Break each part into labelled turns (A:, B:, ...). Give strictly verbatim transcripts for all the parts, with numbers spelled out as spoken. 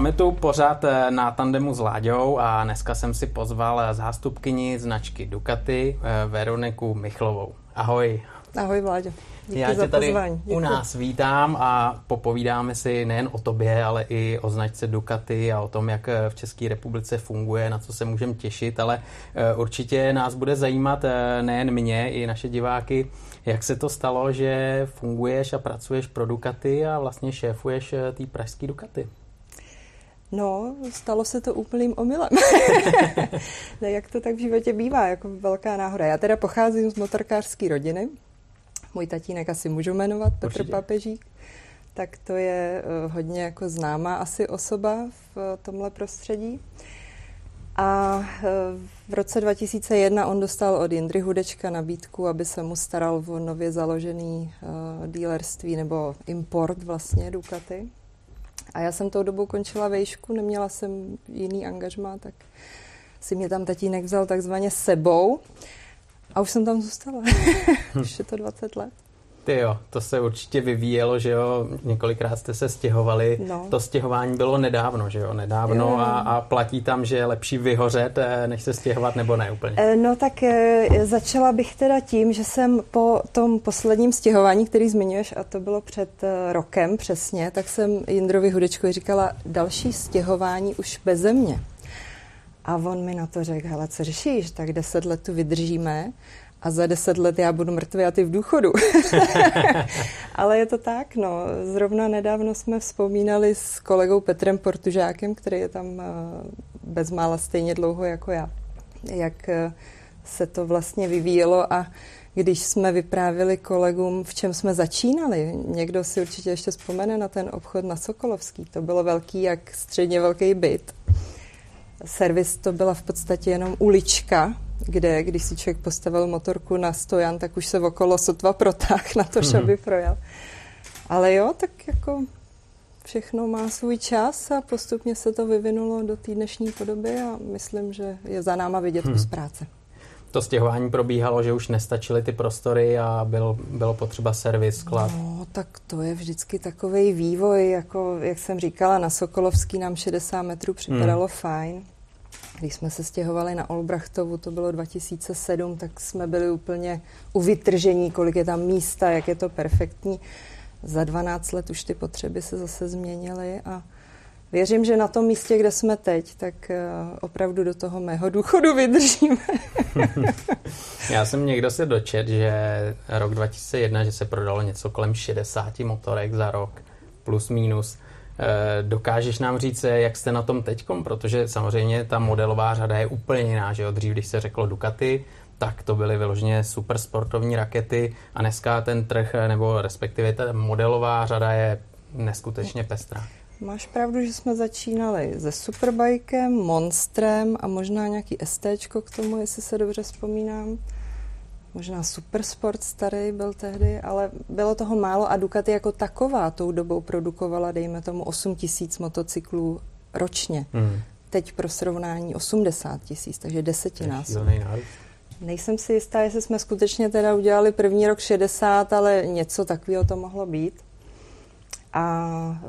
A: Máme tu pořád na tandemu s Láďou a dneska jsem si pozval zástupkyni značky Ducati, Veroniku Michlovou. Ahoj.
B: Ahoj Vláďo. Díky
A: Já
B: za
A: tě tady
B: pozvání.
A: u nás vítám a popovídáme si nejen o tobě, ale i o značce Ducati a o tom, jak v České republice funguje, na co se můžeme těšit, ale určitě nás bude zajímat nejen mě, i naše diváky, jak se to stalo, že funguješ a pracuješ pro Ducati a vlastně šéfuješ té pražské Ducati.
B: No, stalo se to úplným omylem. Ne, jak to tak v životě bývá, jako velká náhoda. Já teda pocházím z motorkářské rodiny. Můj tatínek asi můžu jmenovat, Petr
A: Určitě.
B: Papežík. Tak to je uh, hodně jako známá asi osoba v uh, tomhle prostředí. A uh, v roce dva tisíce jedna on dostal od Jindry Hudečka nabídku, aby se mu staral o nově založený uh, dealerství nebo import vlastně Ducati. A já jsem tou dobou končila vejšku, neměla jsem jiný angažmá, tak si mě tam tatínek vzal takzvaně sebou a už jsem tam zůstala. Už je to dvacet let.
A: Ty jo, to se určitě vyvíjelo, že jo, několikrát jste se stěhovali,
B: No.
A: To stěhování bylo nedávno, že jo, nedávno
B: Jo.
A: a, a platí tam, že je lepší vyhořet, než se stěhovat, nebo ne úplně?
B: No tak e, začala bych teda tím, že jsem po tom posledním stěhování, který zmiňuješ, a to bylo před e, rokem přesně, tak jsem Jindrovi Hudečkovi říkala, další stěhování už beze mě. A on mi na to řekl, hele, co řešíš, tak deset let tu vydržíme a za deset let já budu mrtvý a ty v důchodu. Ale je to tak, no. Zrovna nedávno jsme vzpomínali s kolegou Petrem Portužákem, který je tam bezmála stejně dlouho jako já, jak se to vlastně vyvíjelo a když jsme vyprávěli kolegům, v čem jsme začínali, někdo si určitě ještě vzpomene na ten obchod na Sokolovský, to bylo velký jak středně velký byt. Servis to byla v podstatě jenom ulička, kde když si člověk postavil motorku na stojan, tak už se okolo sotva protáh na to, že by projel. Ale jo, tak jako všechno má svůj čas a postupně se to vyvinulo do té dnešní podoby a myslím, že je za náma vidět kus práce.
A: To stěhování probíhalo, že už nestačily ty prostory a bylo, bylo potřeba servis, sklad.
B: No, tak to je vždycky takovej vývoj, jako jak jsem říkala, na Sokolovský nám šedesát metrů připadalo hmm. fajn. Když jsme se stěhovali na Olbrachtovu, to bylo dva tisíce sedm, tak jsme byli úplně u vytržení, kolik je tam místa, jak je to perfektní. Za dvanáct let už ty potřeby se zase změnily a věřím, že na tom místě, kde jsme teď, tak opravdu do toho mého důchodu vydržíme.
A: Já jsem někdo se dočet, že rok dva tisíce jedna, že se prodalo něco kolem šedesát motorek za rok, plus minus. Dokážeš nám říct, jak jste na tom teďkom? Protože samozřejmě ta modelová řada je úplně jiná, že jo? Dřív, když se řeklo Ducati, tak to byly vyloženě super sportovní rakety a dneska ten trh, nebo respektive ta modelová řada je neskutečně pestrá. Máš
B: pravdu, že jsme začínali se Superbikem, Monstrem a možná nějaký STčko k tomu, jestli se dobře vzpomínám. Možná Supersport starý byl tehdy, ale bylo toho málo a Ducati jako taková tou dobou produkovala, dejme tomu, osm tisíc motocyklů ročně. Hmm. Teď pro srovnání osmdesát tisíc, takže desetinásobek. Nejsem si jistá, jestli jsme skutečně teda udělali první rok šedesát, ale něco takového to mohlo být. A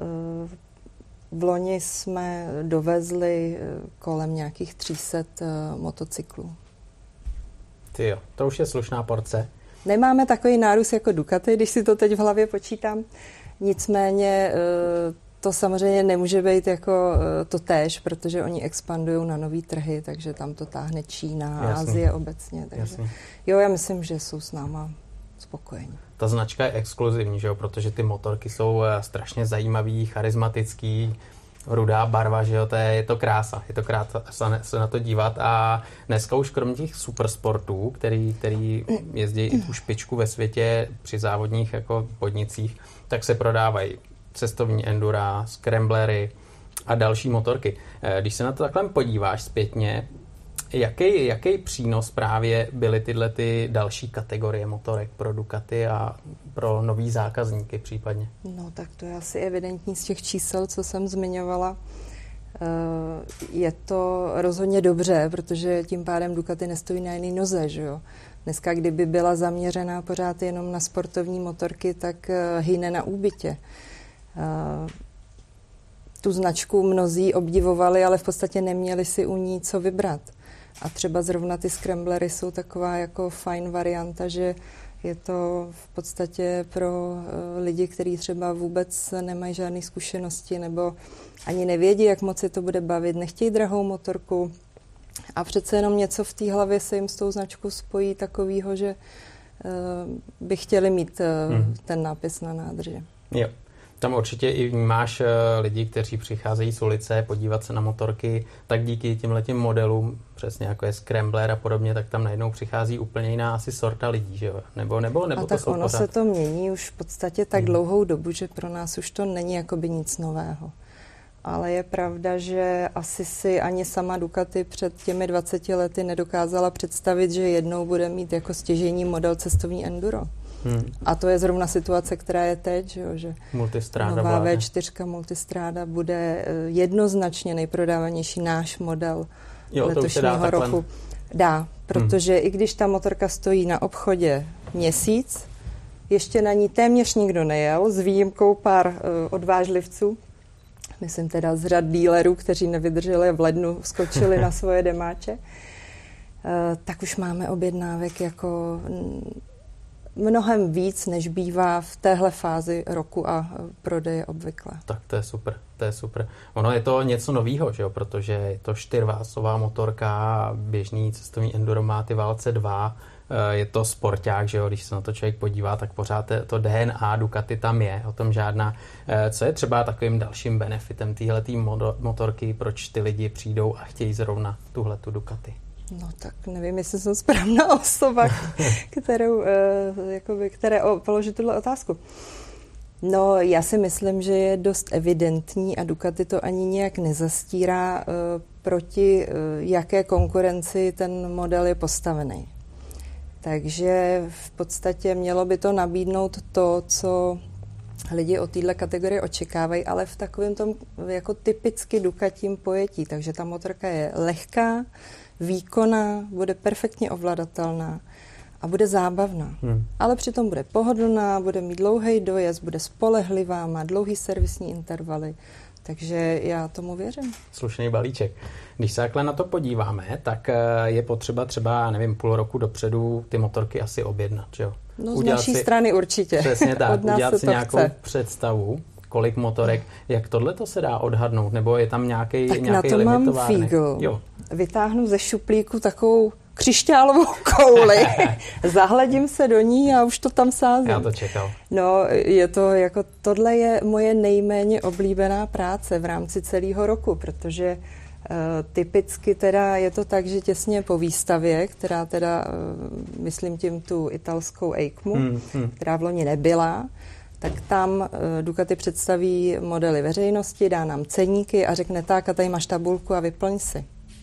B: v loni jsme dovezli kolem nějakých tři sta motocyklů.
A: Ty jo, to už je slušná porce.
B: Nemáme takový nárůst jako Ducati, když si to teď v hlavě počítám. Nicméně to samozřejmě nemůže být jako to též, protože oni expandují na nový trhy, takže tam to táhne Čína a Asie obecně. Takže jo, já myslím, že jsou s náma spokojení.
A: Ta značka je exkluzivní, že jo, protože ty motorky jsou strašně zajímavý, charismatický, rudá barva, že jo, to je, je to krása, je to krása se na to dívat a dneska už kromě těch supersportů, který, který jezdí i tu špičku ve světě při závodních jako podnicích, tak se prodávají cestovní endura, scramblery a další motorky. Když se na to takhle podíváš zpětně, jaký, jaký přínos právě byly tyhle ty další kategorie motorek pro Ducati a pro nový zákazníky případně?
B: No tak to je asi evidentní z těch čísel, co jsem zmiňovala. Je to rozhodně dobře, protože tím pádem Ducati nestojí na jiný noze, že jo. Dneska, kdyby byla zaměřená pořád jenom na sportovní motorky, tak hyne na úbytě. tu značku mnozí obdivovali, ale v podstatě neměli si u ní co vybrat. A třeba zrovna ty scramblery jsou taková jako fajn varianta, že je to v podstatě pro lidi, kteří třeba vůbec nemají žádné zkušenosti nebo ani nevědí, jak moc je to bude bavit, nechtějí drahou motorku a přece jenom něco v té hlavě se jim s tou značkou spojí takového, že uh, by chtěli mít uh, hmm. ten nápis na nádrži.
A: Jo. Tam určitě i vnímáš uh, lidi, kteří přicházejí z ulice podívat se na motorky, tak díky těmhletím modelům, přesně jako je Scrambler a podobně, tak tam najednou přichází úplně jiná asi sorta lidí, že jo? Nebo, nebo, nebo
B: a
A: to
B: tak
A: jsou
B: ono
A: pořád...
B: se to mění už v podstatě tak hmm. dlouhou dobu, že pro nás už to není jakoby nic nového. Ale je pravda, že asi si ani sama Ducati před těmi dvaceti lety nedokázala představit, že jednou bude mít jako stěžejní model cestovní enduro. Hmm. A to je zrovna situace, která je teď, že, jo, že nová vé čtyři Multistrada bude jednoznačně nejprodávanější náš model jo, letošního roku. Dá, protože hmm. i když ta motorka stojí na obchodě měsíc, ještě na ní téměř nikdo nejel, s výjimkou pár uh, odvážlivců, myslím teda z řad dílerů, kteří nevydrželi v lednu, skočili na svoje demáče, uh, tak už máme objednávek jako mnohem víc, než bývá v téhle fázi roku a prodeje obvykle.
A: Tak to je super, to je super. Ono je to něco novýho, že jo, protože je to čtyřválcová motorka, běžný cestovní enduro má ty válce dva, je to sporták, že jo, když se na to člověk podívá, tak pořád to D N A Ducati tam je, o tom žádná. Co je třeba takovým dalším benefitem téhletý motorky, proč ty lidi přijdou a chtějí zrovna tuhletu Ducati?
B: No tak nevím, jestli jsem správná osoba, kterou, jakoby, které položit tuhle otázku. No já si myslím, že je dost evidentní a Ducati to ani nějak nezastírá, proti jaké konkurenci ten model je postavený. Takže v podstatě mělo by to nabídnout to, co lidi od téhle kategorie očekávají, ale v takovém tom jako typicky Ducatím pojetí. Takže ta motorka je lehká, výkonná, bude perfektně ovladatelná a bude zábavná. Hmm. Ale přitom bude pohodlná, bude mít dlouhý dojezd, bude spolehlivá, má dlouhý servisní intervaly. Takže já tomu věřím.
A: Slušný balíček. Když se takhle na to podíváme, tak je potřeba třeba, nevím, půl roku dopředu ty motorky asi objednat, že jo?
B: No z udělat naší si, strany určitě.
A: Přesně tak,
B: Od nás
A: udělat si nějakou
B: chce.
A: představu, kolik motorek, jak tohle to se dá odhadnout, nebo je tam nějaký
B: tak
A: nějaký
B: na to mám fígl. Jo. Vytáhnu ze šuplíku takovou křišťálovou kouli, zahledím se do ní a už to tam sázím.
A: Já to čekal.
B: No, je to jako, tohle je moje nejméně oblíbená práce v rámci celého roku, protože uh, typicky teda je to tak, že těsně po výstavě, která teda, uh, myslím tím tu italskou EICMu, hmm, hmm. která v loni nebyla, tak tam uh, Ducati představí modely veřejnosti, dá nám ceníky a řekne tak a tady máš tabulku a vyplň si.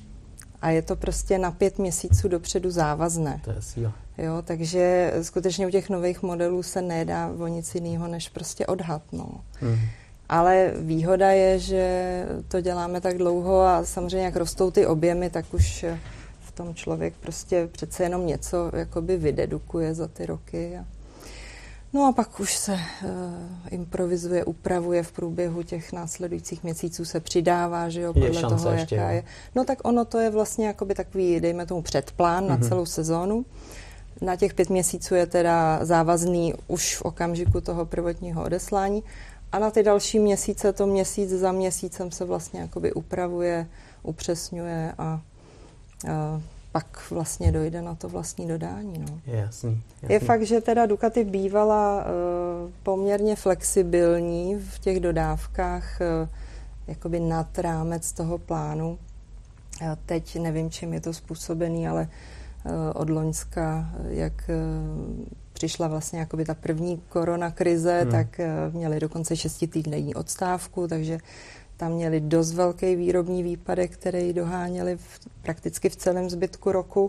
B: A je to prostě na pět měsíců dopředu závazné.
A: To je síla.
B: Jo, takže skutečně u těch nových modelů se nedá o nic jiného, než prostě odhad. No. Mm. Ale výhoda je, že to děláme tak dlouho a samozřejmě jak rostou ty objemy, tak už v tom člověk prostě přece jenom něco jakoby vydedukuje za ty roky. A no a pak už se uh, improvizuje, upravuje v průběhu těch následujících měsíců, se přidává, že jo, podle toho, ještě, jaká jo. je. No tak ono to je vlastně jakoby takový, dejme tomu předplán mm-hmm. na celou sezónu. Na těch pět měsíců je teda závazný už v okamžiku toho prvotního odeslání a na ty další měsíce to měsíc za měsícem se vlastně jakoby upravuje, upřesňuje a uh, pak vlastně dojde na to vlastní dodání. No.
A: Je jasný, jasný.
B: Je fakt, že teda Ducati bývala uh, poměrně flexibilní v těch dodávkách uh, jakoby nad rámec toho plánu. Uh, teď nevím, čím je to způsobený, ale uh, od loňska, jak uh, přišla vlastně jakoby ta první koronakrize, hmm. tak uh, měli dokonce šestitýdenní odstávku, takže tam měli dost velký výrobní výpadek, který doháněli v, prakticky v celém zbytku roku.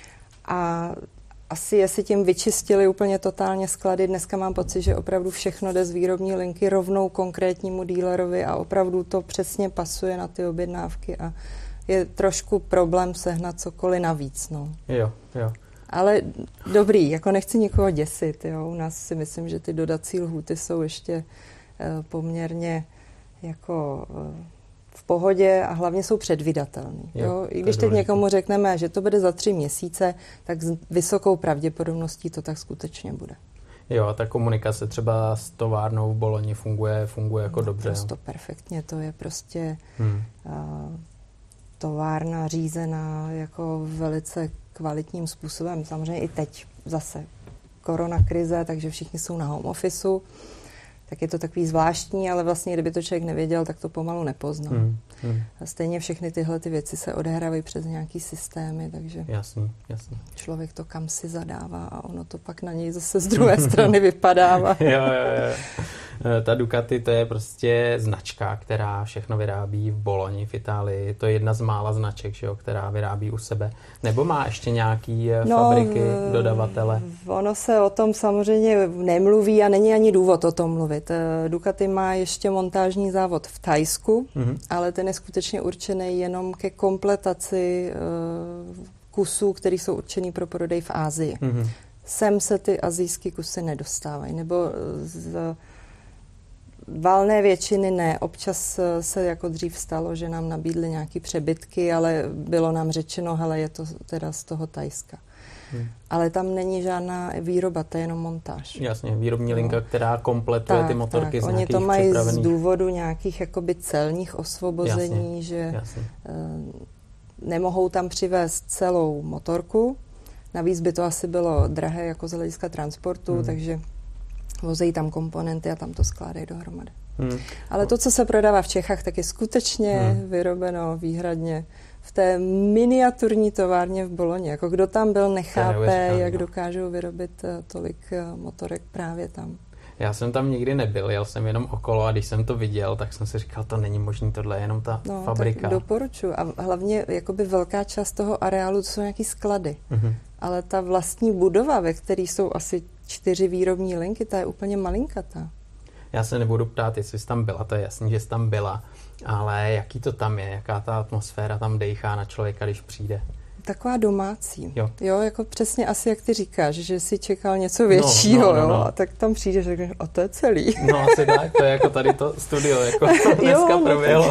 B: A asi jestli tím vyčistili úplně totálně sklady, dneska mám pocit, že opravdu všechno jde z výrobní linky rovnou konkrétnímu dílerovi a opravdu to přesně pasuje na ty objednávky a je trošku problém sehnat cokoliv navíc. No.
A: Jo, jo.
B: Ale dobrý, jako nechci nikoho děsit. Jo. U nás si myslím, že ty dodací lhůty jsou ještě uh, poměrně jako v pohodě a hlavně jsou předvídatelný. Jo, jo? I když teď důležitý. Někomu řekneme, že to bude za tři měsíce, tak s vysokou pravděpodobností to tak skutečně bude.
A: Jo, a ta komunikace třeba s továrnou v Boloni funguje, funguje jako
B: no,
A: dobře.
B: Prostě perfektně, to je prostě hmm. uh, továrna řízená jako velice kvalitním způsobem. Samozřejmě i teď zase korona krize, takže všichni jsou na home officeu, tak je to takový zvláštní, ale vlastně, kdyby to člověk nevěděl, tak to pomalu nepoznal. Hmm. Hmm. A stejně všechny tyhle ty věci se odehrávají přes nějaký systémy, takže
A: jasný, jasný.
B: člověk to kam si zadává a ono to pak na něj zase z druhé strany vypadává.
A: jo, jo, jo. Ta Ducati, to je prostě značka, která všechno vyrábí v Boloni, v Itálii. To je jedna z mála značek, že jo, která vyrábí u sebe. Nebo má ještě nějaký no, fabriky, dodavatele?
B: Ono se o tom samozřejmě nemluví a není ani důvod o tom mluvit. Ducati má ještě montážní závod v Thajsku, mm-hmm. ale ten je skutečně určený jenom ke kompletaci uh, kusů, které jsou určený pro prodej v Asii. Mm-hmm. Sem se ty asijské kusy nedostávají, nebo z valné většiny ne. Občas se jako dřív stalo, že nám nabídli nějaké přebytky, ale bylo nám řečeno, hele, je to teda z toho Thajska. Hmm. Ale tam není žádná výroba, to je jenom montáž.
A: Jasně, výrobní linka, no. která kompletuje tak, ty motorky tak. z nějakých
B: Oni to mají
A: připravených...
B: z důvodu nějakých jakoby celních osvobození, jasně, že jasně. Uh, nemohou tam přivést celou motorku. Navíc by to asi bylo drahé jako z hlediska transportu, hmm. takže vozejí tam komponenty a tam to skládají dohromady. Hmm. Ale to, co se prodává v Čechách, tak je skutečně hmm. vyrobeno výhradně v té miniaturní továrně v Boloni. Jako kdo tam byl, nechápe, jak dokážou vyrobit tolik motorek právě tam.
A: Já jsem tam nikdy nebyl, jel jsem jenom okolo a když jsem to viděl, tak jsem si říkal, to není možný, tohle je jenom ta no, fabrika.
B: Tak doporučuji. A hlavně jakoby velká část toho areálu, to jsou nějaký sklady. Mm-hmm. Ale ta vlastní budova, ve které jsou asi čtyři výrobní linky, ta je úplně malinkatá.
A: Já se nebudu ptát, jestli jsi tam byla, to je jasný, že jsi tam byla, ale jaký to tam je, jaká ta atmosféra tam dejchá na člověka, když přijde?
B: Taková domácí.
A: Jo.
B: jo, jako přesně asi jak ty říkáš, že jsi čekal něco většího, no, no, no, no. jo, a tak tam přijdeš a řekneš, a to je celý.
A: No asi tak, to je jako tady to studio, jako dneska proběhlo.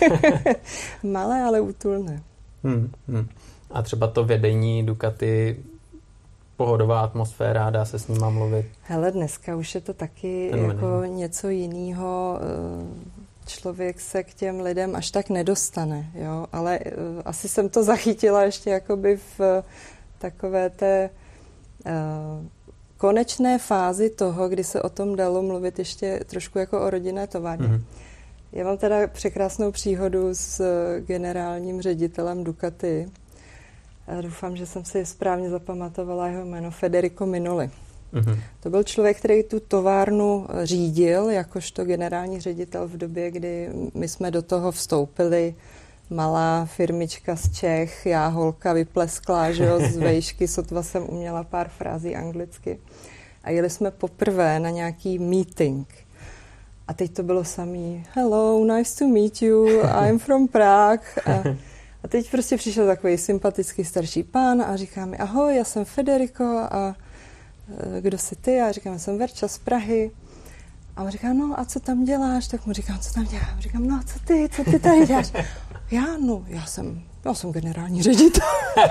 B: Malé, ale útulné.
A: Hmm, hmm. A třeba to vedení Ducati, pohodová atmosféra, dá se s nima mluvit?
B: Hele, dneska už je to taky jako něco jiného. Člověk se k těm lidem až tak nedostane, jo, ale uh, asi jsem to zachytila ještě jakoby v uh, takové té uh, konečné fázi toho, kdy se o tom dalo mluvit ještě trošku jako o rodinné továrně. Mm-hmm. Já mám teda překrásnou příhodu s uh, generálním ředitelem Ducati. A doufám, že jsem si správně zapamatovala jeho jméno, Federico Minoli. Mm-hmm. To byl člověk, který tu továrnu řídil jakožto generální ředitel v době, kdy my jsme do toho vstoupili. Malá firmička z Čech, já holka vyplesklá, že jo, z vejšky, sotva jsem uměla pár frází anglicky. A jeli jsme poprvé na nějaký meeting. A teď to bylo samý, hello, nice to meet you, I'm from Prague. A, a teď prostě přišel takový sympatický starší pán a říká mi, ahoj, já jsem Federico a kdo jsi ty? Já říkám, jsem Verča z Prahy. A on říká, no a co tam děláš? Tak mu říkám, co tam dělám? Říkám, no a co ty? Co ty tady děláš? Já, no, já jsem, já jsem generální ředitel.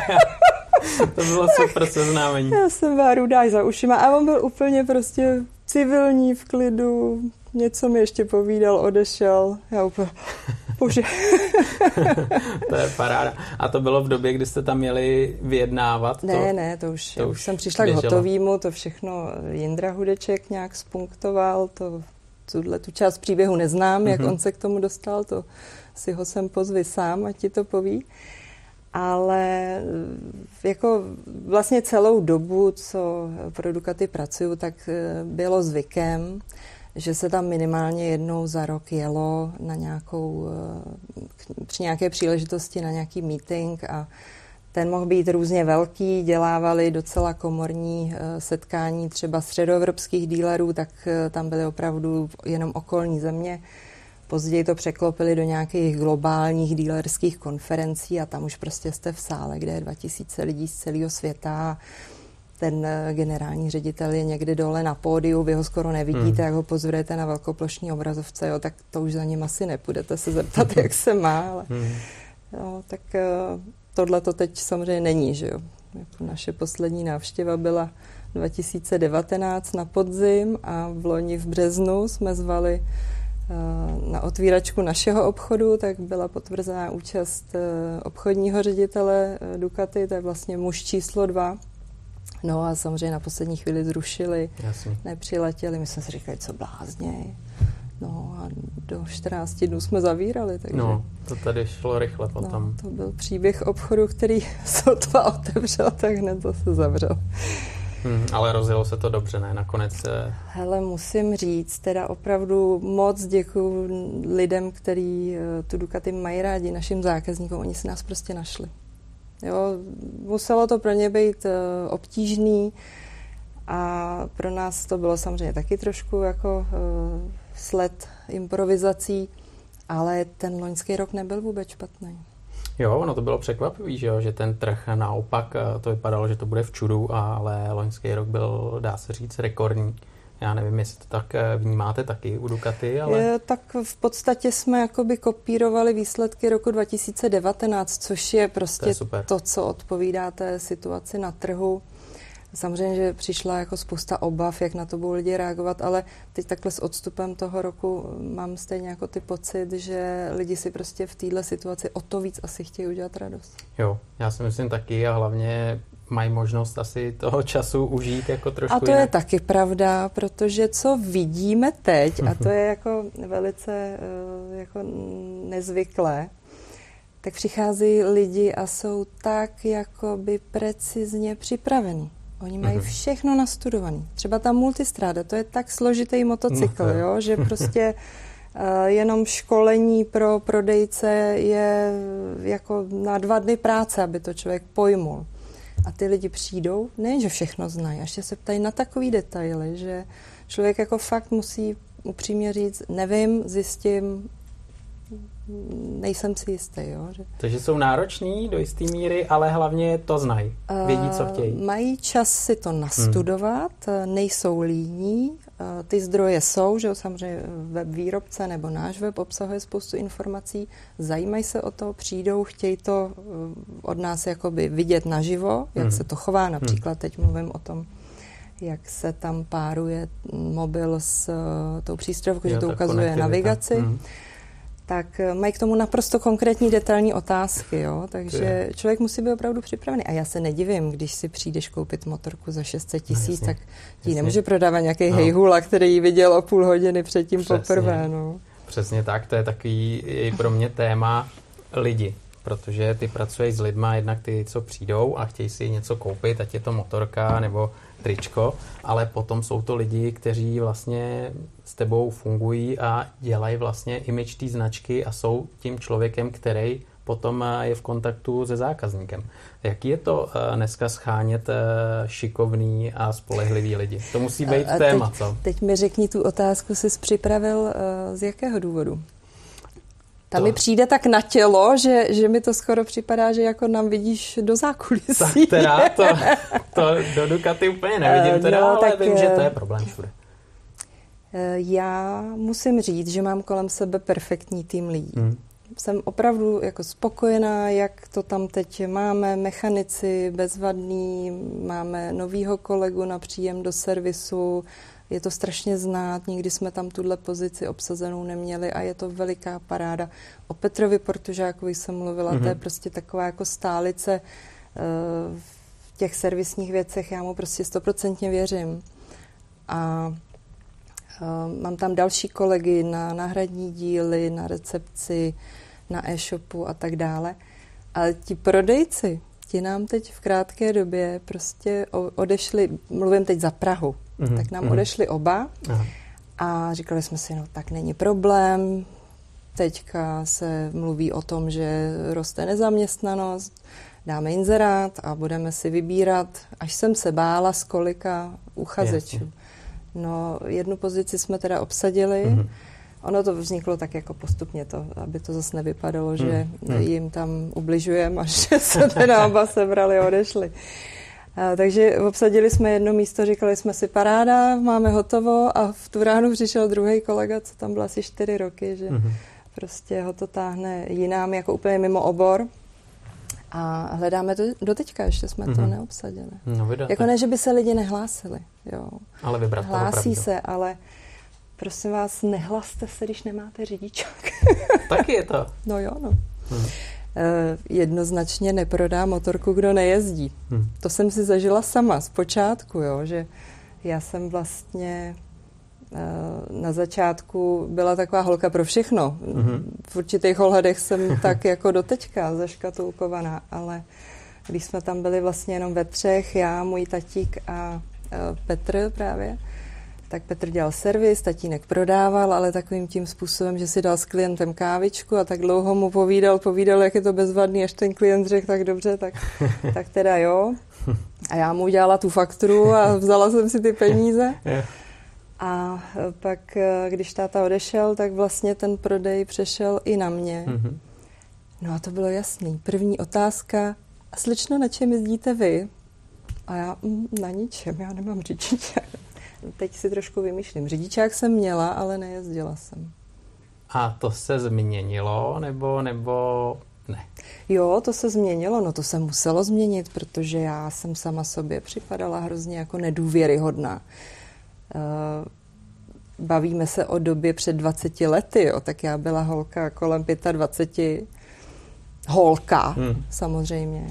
A: To bylo super seznámení.
B: Já jsem byla rudáš za ušima a on byl úplně prostě civilní, v klidu, něco mi ještě povídal, odešel. Já úplně, bože.
A: To je paráda. A to bylo v době, kdy jste tam měli vyjednávat?
B: Ne,
A: to,
B: ne, to už,
A: to
B: už jsem přišla běželo. K hotovýmu, to všechno Jindra Hudeček nějak spunktoval, to tuhle tu část příběhu neznám, mm-hmm. jak on se k tomu dostal, to si ho sem pozvi sám, ať ti to poví. Ale jako vlastně celou dobu, co pro Ducati pracuju, tak bylo zvykem, že se tam minimálně jednou za rok jelo na nějakou, při nějaké příležitosti na nějaký meeting a ten mohl být různě velký, dělávali docela komorní setkání třeba středoevropských dílerů, tak tam byly opravdu jenom okolní země. Později to překlopili do nějakých globálních dílerských konferencí a tam už prostě jste v sále, kde je dva tisíce lidí z celého světa. ten generální ředitel je někdy dole na pódiu, vy ho skoro nevidíte, hmm. jak ho pozorujete na velkoplošní obrazovce, jo, tak to už za ním asi nepůjdete se zeptat, jak se má, ale hmm. jo, tak tohle to teď samozřejmě není, že jo. Jako naše poslední návštěva byla dva tisíce devatenáct na podzim a v loni v březnu jsme zvali na otvíračku našeho obchodu, tak byla potvrzená účast obchodního ředitele Ducati, to je vlastně muž číslo dva. No a samozřejmě na poslední chvíli zrušili, Jasně. nepřiletěli, my jsme si říkali, co blázněj. No a do čtrnácti dnů jsme zavírali. Takže...
A: No, to tady šlo rychle potom.
B: No, to byl příběh obchodu, který sotva otevřel, tak hned zase zavřel.
A: Hmm, ale rozjelo se to dobře, ne? Nakonec...
B: Hele, musím říct, teda opravdu moc děkuju lidem, kteří tu Ducati mají rádi, našim zákazníkům, oni si nás prostě našli. Jo, muselo to pro ně být uh, obtížný a pro nás to bylo samozřejmě taky trošku jako uh, sled improvizací, ale ten loňský rok nebyl vůbec špatný.
A: Jo, ono to bylo překvapivý, že, jo? Že ten trh naopak, to vypadalo, že to bude v čudu, ale loňský rok byl, dá se říct, rekordní. Já nevím, jestli to tak vnímáte taky u Ducati, ale...
B: Je, tak v podstatě jsme jakoby kopírovali výsledky roku dva tisíce devatenáct, což je prostě to, je to co odpovídá té situaci na trhu. Samozřejmě, že přišla jako spousta obav, jak na to budou lidi reagovat, ale teď takhle s odstupem toho roku mám stejně jako ty pocit, že lidi si prostě v této situaci o to víc asi chtějí udělat radost.
A: Jo, já si myslím taky a hlavně mají možnost asi toho času užít jako trošku
B: A to
A: jinak.
B: Je taky pravda, protože co vidíme teď, a to je jako velice jako nezvyklé, tak přichází lidi a jsou tak jakoby precizně připravení. Oni mají mm-hmm. všechno nastudované. Třeba ta multistráda, to je tak složitý motocykl, no, jo, že prostě uh, jenom školení pro prodejce je jako na dva dny práce, aby to člověk pojmul. A ty lidi přijdou, nejen, že všechno znají, ještě se ptají na takový detaily, že člověk jako fakt musí upřímně říct, nevím, zjistím, nejsem si jistý. Jo, že...
A: Takže jsou nároční do jisté míry, ale hlavně to znají. Vědí, co chtějí.
B: Uh, mají čas si to nastudovat, hmm. nejsou líní, uh, ty zdroje jsou, že samozřejmě web výrobce nebo náš web obsahuje spoustu informací, zajímají se o to, přijdou, chtějí to uh, od nás jakoby vidět naživo, jak hmm. se to chová. Například teď mluvím o tom, jak se tam páruje mobil s uh, tou přístrojkou, že to ukazuje navigaci. Hmm. Tak mají k tomu naprosto konkrétní detailní otázky, jo? Takže člověk musí být opravdu připravený. A já se nedivím, když si přijdeš koupit motorku za šest set tisíc, no, tak ti nemůže prodávat nějaký no. hejhula, který ji viděl o půl hodiny předtím Přesně. poprvé. No.
A: Přesně tak, to je takový i pro mě téma lidi, protože ty pracuješ s lidma, jednak ty, co přijdou a chtějí si něco koupit, ať je to motorka nebo tričko, ale potom jsou to lidi, kteří vlastně s tebou fungují a dělají vlastně image té značky a jsou tím člověkem, který potom je v kontaktu se zákazníkem. Jaký je to dneska schánět šikovný a spolehlivý lidi? To musí být a téma,
B: teď,
A: co?
B: Teď mi řekni, tu otázku jsi připravil z jakého důvodu? Tam to. mi přijde tak na tělo, že, že mi to skoro připadá, že jako nám vidíš do zákulisí.
A: Tak teda to, to do Ducati úplně nevidím, teda, no, ale vím, že to je problém všude.
B: Já musím říct, že mám kolem sebe perfektní tým lidí. Hmm. Jsem opravdu jako spokojená, jak to tam teď máme, mechanici bezvadný, máme novýho kolegu na příjem do servisu, je to strašně znát, nikdy jsme tam tuhle pozici obsazenou neměli a je to veliká paráda. O Petrovi Portužákovi jsem mluvila, mm-hmm. to je prostě taková jako stálice uh, v těch servisních věcech, já mu prostě stoprocentně věřím. A uh, mám tam další kolegy na náhradní díly, na recepci, na e-shopu a tak dále. Ale ti prodejci, ti nám teď v krátké době prostě odešli, mluvím teď za Prahu, mm-hmm. tak nám mm-hmm. odešli oba. Aha. A říkali jsme si, no tak není problém, teďka se mluví o tom, že roste nezaměstnanost, dáme inzerát a budeme si vybírat, až jsem se bála z kolika uchazečů. Jasně. No jednu pozici jsme teda obsadili, mm-hmm. ono to vzniklo tak jako postupně, to, aby to zase nevypadalo, že hmm. jim tam ubližujeme a že se teda oba sebrali a odešli. A, takže obsadili jsme jedno místo, říkali jsme si paráda, máme hotovo a v tu ránu přišel druhý kolega, co tam byl asi čtyři roky, že mm-hmm. prostě ho to táhne jinám jako úplně mimo obor. A hledáme to do teďka, ještě jsme mm-hmm. to neobsadili.
A: No,
B: jako ne, že by se lidi nehlásili. Jo.
A: Ale vybrat to
B: Hlásí
A: opravdu.
B: se, ale prosím vás, nehlaste se, když nemáte řidičák.
A: Taky je to.
B: No jo, no. Hmm. E, jednoznačně neprodá motorku, kdo nejezdí. Hmm. To jsem si zažila sama zpočátku, jo, že já jsem vlastně e, na začátku byla taková holka pro všechno. Hmm. V určitých ohledech jsem tak jako doteďka zaškatulkovaná, ale když jsme tam byli vlastně jenom ve třech, já, můj tatík a e, Petr právě, tak Petr dělal servis, tatínek prodával, ale takovým tím způsobem, že si dal s klientem kávičku a tak dlouho mu povídal, povídal, jak je to bezvadný, až ten klient řekl, tak dobře, tak, tak teda jo. A já mu udělala tu fakturu a vzala jsem si ty peníze. A pak, když táta odešel, tak vlastně ten prodej přešel i na mě. No a to bylo jasný. První otázka, a slečno, na čem jezdíte vy? A já, mm, na ničem, já nemám řidičák. Teď si trošku vymýšlím. Řidičák jsem měla, ale nejezdila jsem.
A: A to se změnilo, nebo, nebo ne?
B: Jo, to se změnilo, no to se muselo změnit, protože já jsem sama sobě připadala hrozně jako nedůvěryhodná. Bavíme se o době před dvaceti lety, jo, tak já byla holka kolem dvacet pět, holka hmm. samozřejmě.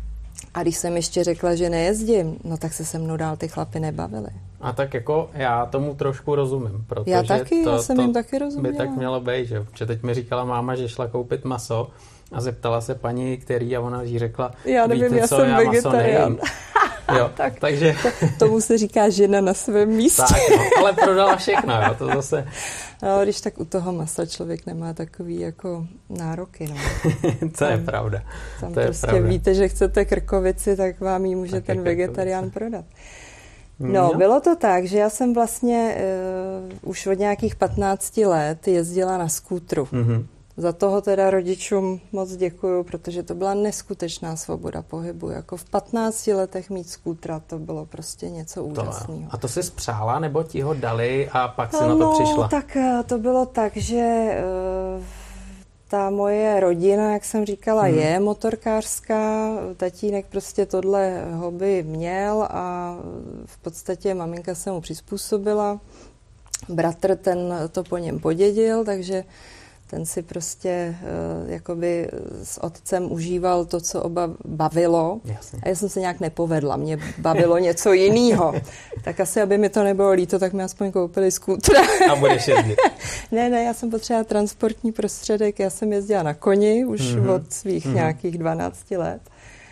B: A když jsem ještě řekla, že nejezdím, no tak se se mnou dál ty chlapy nebavily.
A: A tak jako já tomu trošku rozumím, protože
B: já taky,
A: to,
B: já jsem
A: to
B: jim taky rozuměla.
A: by tak mělo být, že? Protože teď mi říkala máma, že šla koupit maso a zeptala se paní, který, a ona jí řekla,
B: já nevím,
A: víte
B: já
A: co,
B: jsem
A: já
B: vegetarián.
A: Jo,
B: tak,
A: takže...
B: To, tomu se říká žena na svém místě.
A: Tak, no, ale prodala všechno, jo, to zase...
B: No, když tak u toho masa člověk nemá takový jako nároky, no.
A: To je pravda.
B: Tam
A: to je
B: prostě
A: pravda.
B: Víte, že chcete krkovici, tak vám ji může tak ten vegetarián prodat. No,
A: no,
B: bylo to tak, že já jsem vlastně uh, už od nějakých patnácti let jezdila na skútru. Mm-hmm. Za toho teda rodičům moc děkuju, protože to byla neskutečná svoboda pohybu. Jako v patnácti letech mít skútra, to bylo prostě něco úžasného.
A: A to jsi spřála, nebo ti ho dali a pak si
B: no,
A: na to přišla?
B: No, tak to bylo tak, že uh, ta moje rodina, jak jsem říkala, hmm. je motorkářská. Tatínek prostě tohle hobby měl a v podstatě maminka se mu přizpůsobila. Bratr ten to po něm podědil, takže ten si prostě uh, jakoby s otcem užíval to, co oba bavilo.
A: Jasně.
B: A já jsem se nějak nepovedla. Mě bavilo něco jiného. Tak asi, aby mi to nebylo líto, tak mi aspoň koupili skútra.
A: A budeš jezdit.
B: ne, ne, já jsem potřebovala transportní prostředek. Já jsem jezdila na koni už mm-hmm. od svých mm-hmm. nějakých dvanácti let.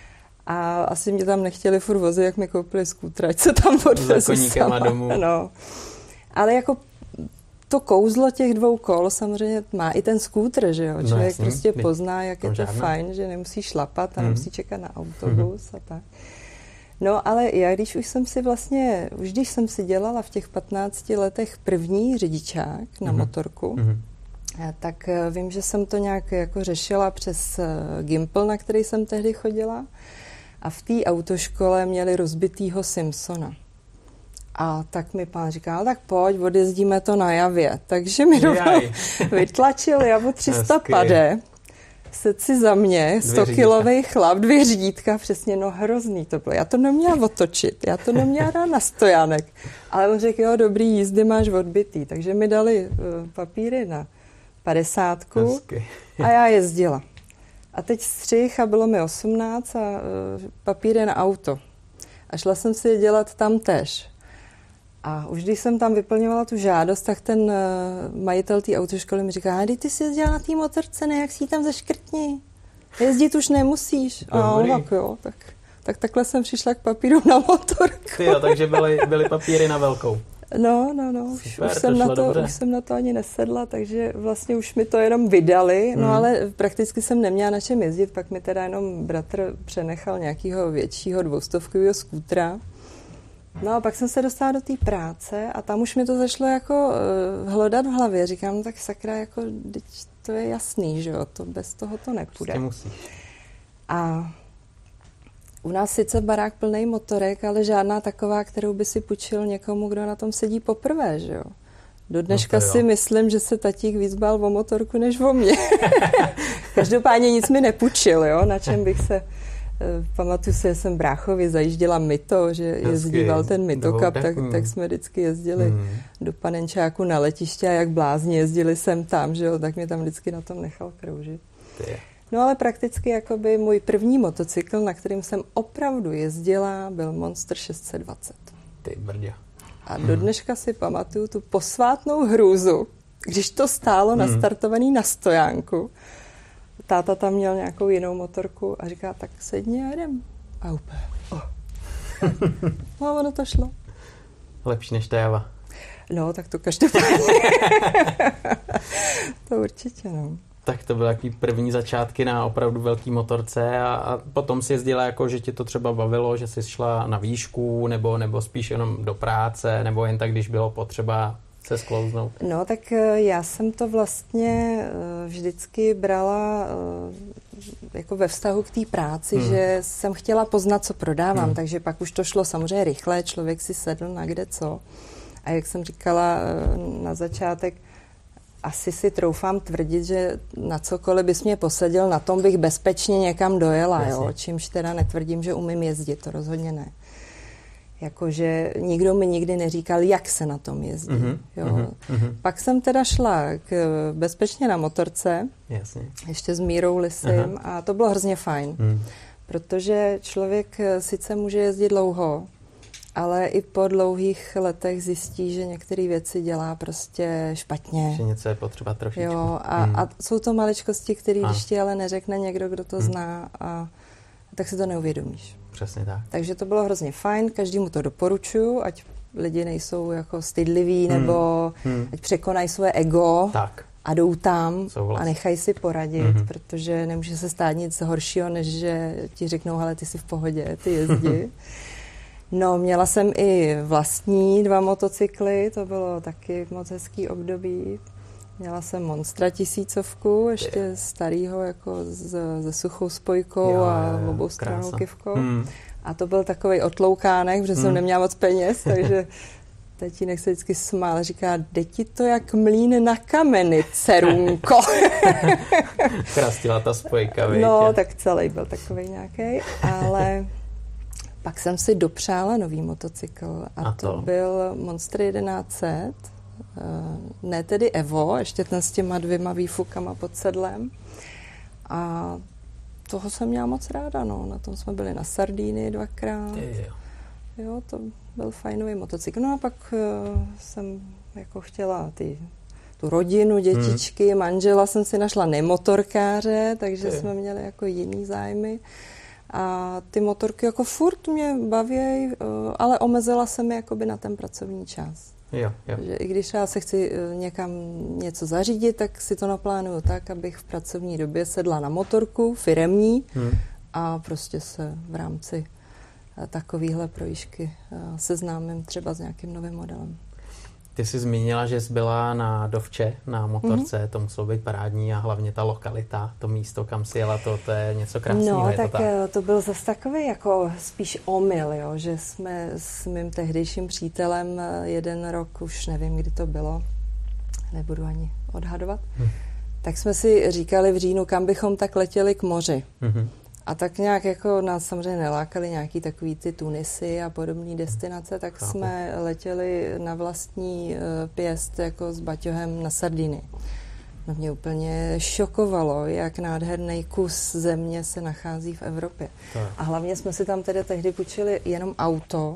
B: A asi mě tam nechtěli furt vozit, jak mi koupili skútra, ať se tam odvezu
A: za koníkama domů.
B: No. Ale jako to kouzlo těch dvou kol samozřejmě má i ten skútr, že jo? Člověk no, jasný, prostě pozná, jak je to žádná. Fajn, že nemusí šlapat a mm. nemusí čekat na autobus mm. a tak. No ale já, když už jsem si vlastně, už když jsem si dělala v těch patnácti letech první řidičák na mm. motorku, mm. tak vím, že jsem to nějak jako řešila přes Gimpl, na který jsem tehdy chodila, a v té autoškole měli rozbitýho Simpsona. A tak mi pán říkal, tak pojď, odjezdíme to na javě. Takže mi rovnou vytlačil javu tři sta pade, set si za mě, stokilový chlap, dvě řídítka, přesně, no hrozný to bylo. Já to neměla otočit, já to neměla dát na stojánek. Ale on řekl, jo, dobrý, jízdy máš odbitý. Takže mi dali uh, papíry na padesátku Hezky. A já jezdila. A teď střih a bylo mi osmnáct a uh, papíry na auto. A šla jsem si je dělat tam též. A už když jsem tam vyplňovala tu žádost, tak ten uh, majitel té autoškoly mi říká, hej, ty jsi jezdila na té motorce, ne, jak si ji tam zaškrtni. Jezdit už nemusíš. A tak jo, tak, tak takhle jsem přišla k papíru na motorku.
A: Ty jo, takže byly, byly papíry na velkou.
B: No, no, no, už, Super, už, jsem na to, už jsem na to ani nesedla, takže vlastně už mi to jenom vydali, no mm. ale prakticky jsem neměla na čem jezdit, pak mi teda jenom bratr přenechal nějakého většího dvoustovkového skútra. No a pak jsem se dostala do té práce a tam už mi to začalo jako uh, hledat v hlavě. Říkám, no tak sakra, jako, to je jasný, že jo, to bez toho to nepůjde.
A: Prostě musíš.
B: A U nás sice barák plný motorek, ale žádná taková, kterou by si půjčil někomu, kdo na tom sedí poprvé, že jo. Do dneška no si myslím, že se tatík víc bál o motorku, než o mě. Každopádně nic mi nepůjčil, jo, na čem bych se... Pamatuju se, že jsem bráchovi zajížděla Mito, že jezdíval ten Mito Cup, tak, tak jsme vždycky jezdili mm. do Panenčáku na letiště a jak blázni jezdili sem tam, že jo, tak mě tam vždycky na tom nechal kroužit. No ale prakticky jakoby můj první motocykl, na kterým jsem opravdu jezdila, byl Monster šest set dvacet.
A: Ty brdě.
B: A do dneška si pamatuju tu posvátnou hrůzu, když to stálo mm. nastartovaný na stojánku. Táta tam měl nějakou jinou motorku a říká, tak sedni a jdem. A úplně, oh. No, ono to šlo.
A: Lepší než ta Java.
B: No, tak to každopádně. To určitě, no.
A: Tak to byly takový první začátky na opravdu velký motorce a, a potom si jezdila jako, že tě to třeba bavilo, že jsi šla na výšku nebo, nebo spíš jenom do práce nebo jen tak, když bylo potřeba se sklouznout.
B: No, tak já jsem to vlastně vždycky brala jako ve vztahu k té práci, hmm. že jsem chtěla poznat, co prodávám, hmm. takže pak už to šlo samozřejmě rychle, člověk si sedl na kde co. A jak jsem říkala na začátek, asi si troufám tvrdit, že na cokoliv bys mě posadil, na tom bych bezpečně někam dojela, jo? Čímž teda netvrdím, že umím jezdit, to rozhodně ne. Jakože nikdo mi nikdy neříkal, jak se na tom jezdí. Mm-hmm, jo. Mm-hmm. Pak jsem teda šla k, bezpečně na motorce,
A: jasně.
B: ještě s Mírou Lisym, aha. a to bylo hrozně fajn, mm. protože člověk sice může jezdit dlouho, ale i po dlouhých letech zjistí, že některé věci dělá prostě špatně.
A: Že něco je potřeba trošičku.
B: Jo, a, mm. a jsou to maličkosti, které když ti ale neřekne někdo, kdo to mm. zná, a, tak si to neuvědomíš.
A: Přesně tak.
B: Takže to bylo hrozně fajn, každému to doporučuju, ať lidi nejsou jako stydliví, hmm. nebo hmm. ať překonají své ego
A: tak.
B: a jdou tam
A: Souhlas.
B: a nechají si poradit, hmm. protože nemůže se stát nic horšího, než že ti řeknou, hele, ty jsi v pohodě, ty jezdí. No, měla jsem i vlastní dva motocykly, to bylo taky moc hezký období. Měla jsem Monstra tisícovku, ještě je. starýho, jako se suchou spojkou jo, a obou stranou kivkou. Hmm. A to byl takovej otloukánek, protože hmm. jsem neměla moc peněz, takže tatínek se vždycky smál, říká, jde ti to jak mlýn na kameny, cerunko.
A: Krastila ta spojka, víte.
B: No, tak celý byl takovej nějaký, ale pak jsem si dopřála nový motocykl a, a to? to byl Monster jedenáct set. Ne tedy Evo, ještě ten s těma dvěma výfukama pod sedlem. A toho jsem měla moc ráda, no. Na tom jsme byli na Sardínii dvakrát.
A: Je, jo.
B: jo, to byl fajnový motocykl. No a pak uh, jsem jako chtěla ty, tu rodinu, dětičky, hmm. manžela jsem si našla nemotorkáře, takže je. jsme měli jako jiný zájmy. A ty motorky jako furt mě baví, uh, ale omezila jsem je jakoby na ten pracovní čas.
A: Jo, jo.
B: Že i když já se chci někam něco zařídit, tak si to naplánuju tak, abych v pracovní době sedla na motorku, firemní, hmm. a prostě se v rámci takovýhle projížďky seznámím třeba s nějakým novým modelem.
A: Ty jsi zmínila, že jsi byla na Dovče, na motorce, mm-hmm. to muselo být parádní a hlavně ta lokalita, to místo, kam si jela, to, to je něco krásného.
B: No,
A: je
B: tak,
A: to tak
B: to byl zase takový jako spíš omyl, jo, že jsme s mým tehdejším přítelem jeden rok, už nevím, kdy to bylo, nebudu ani odhadovat, hm. tak jsme si říkali v říjnu, kam bychom tak letěli k moři. Mm-hmm. A tak nějak jako nás samozřejmě nelákali nějaký takový ty Tunisy a podobné destinace, tak Chápu. jsme letěli na vlastní pěst jako s baťohem na Sardiny. No mě úplně šokovalo, jak nádherný kus země se nachází v Evropě. Tak. A hlavně jsme si tam tedy tehdy půjčili jenom auto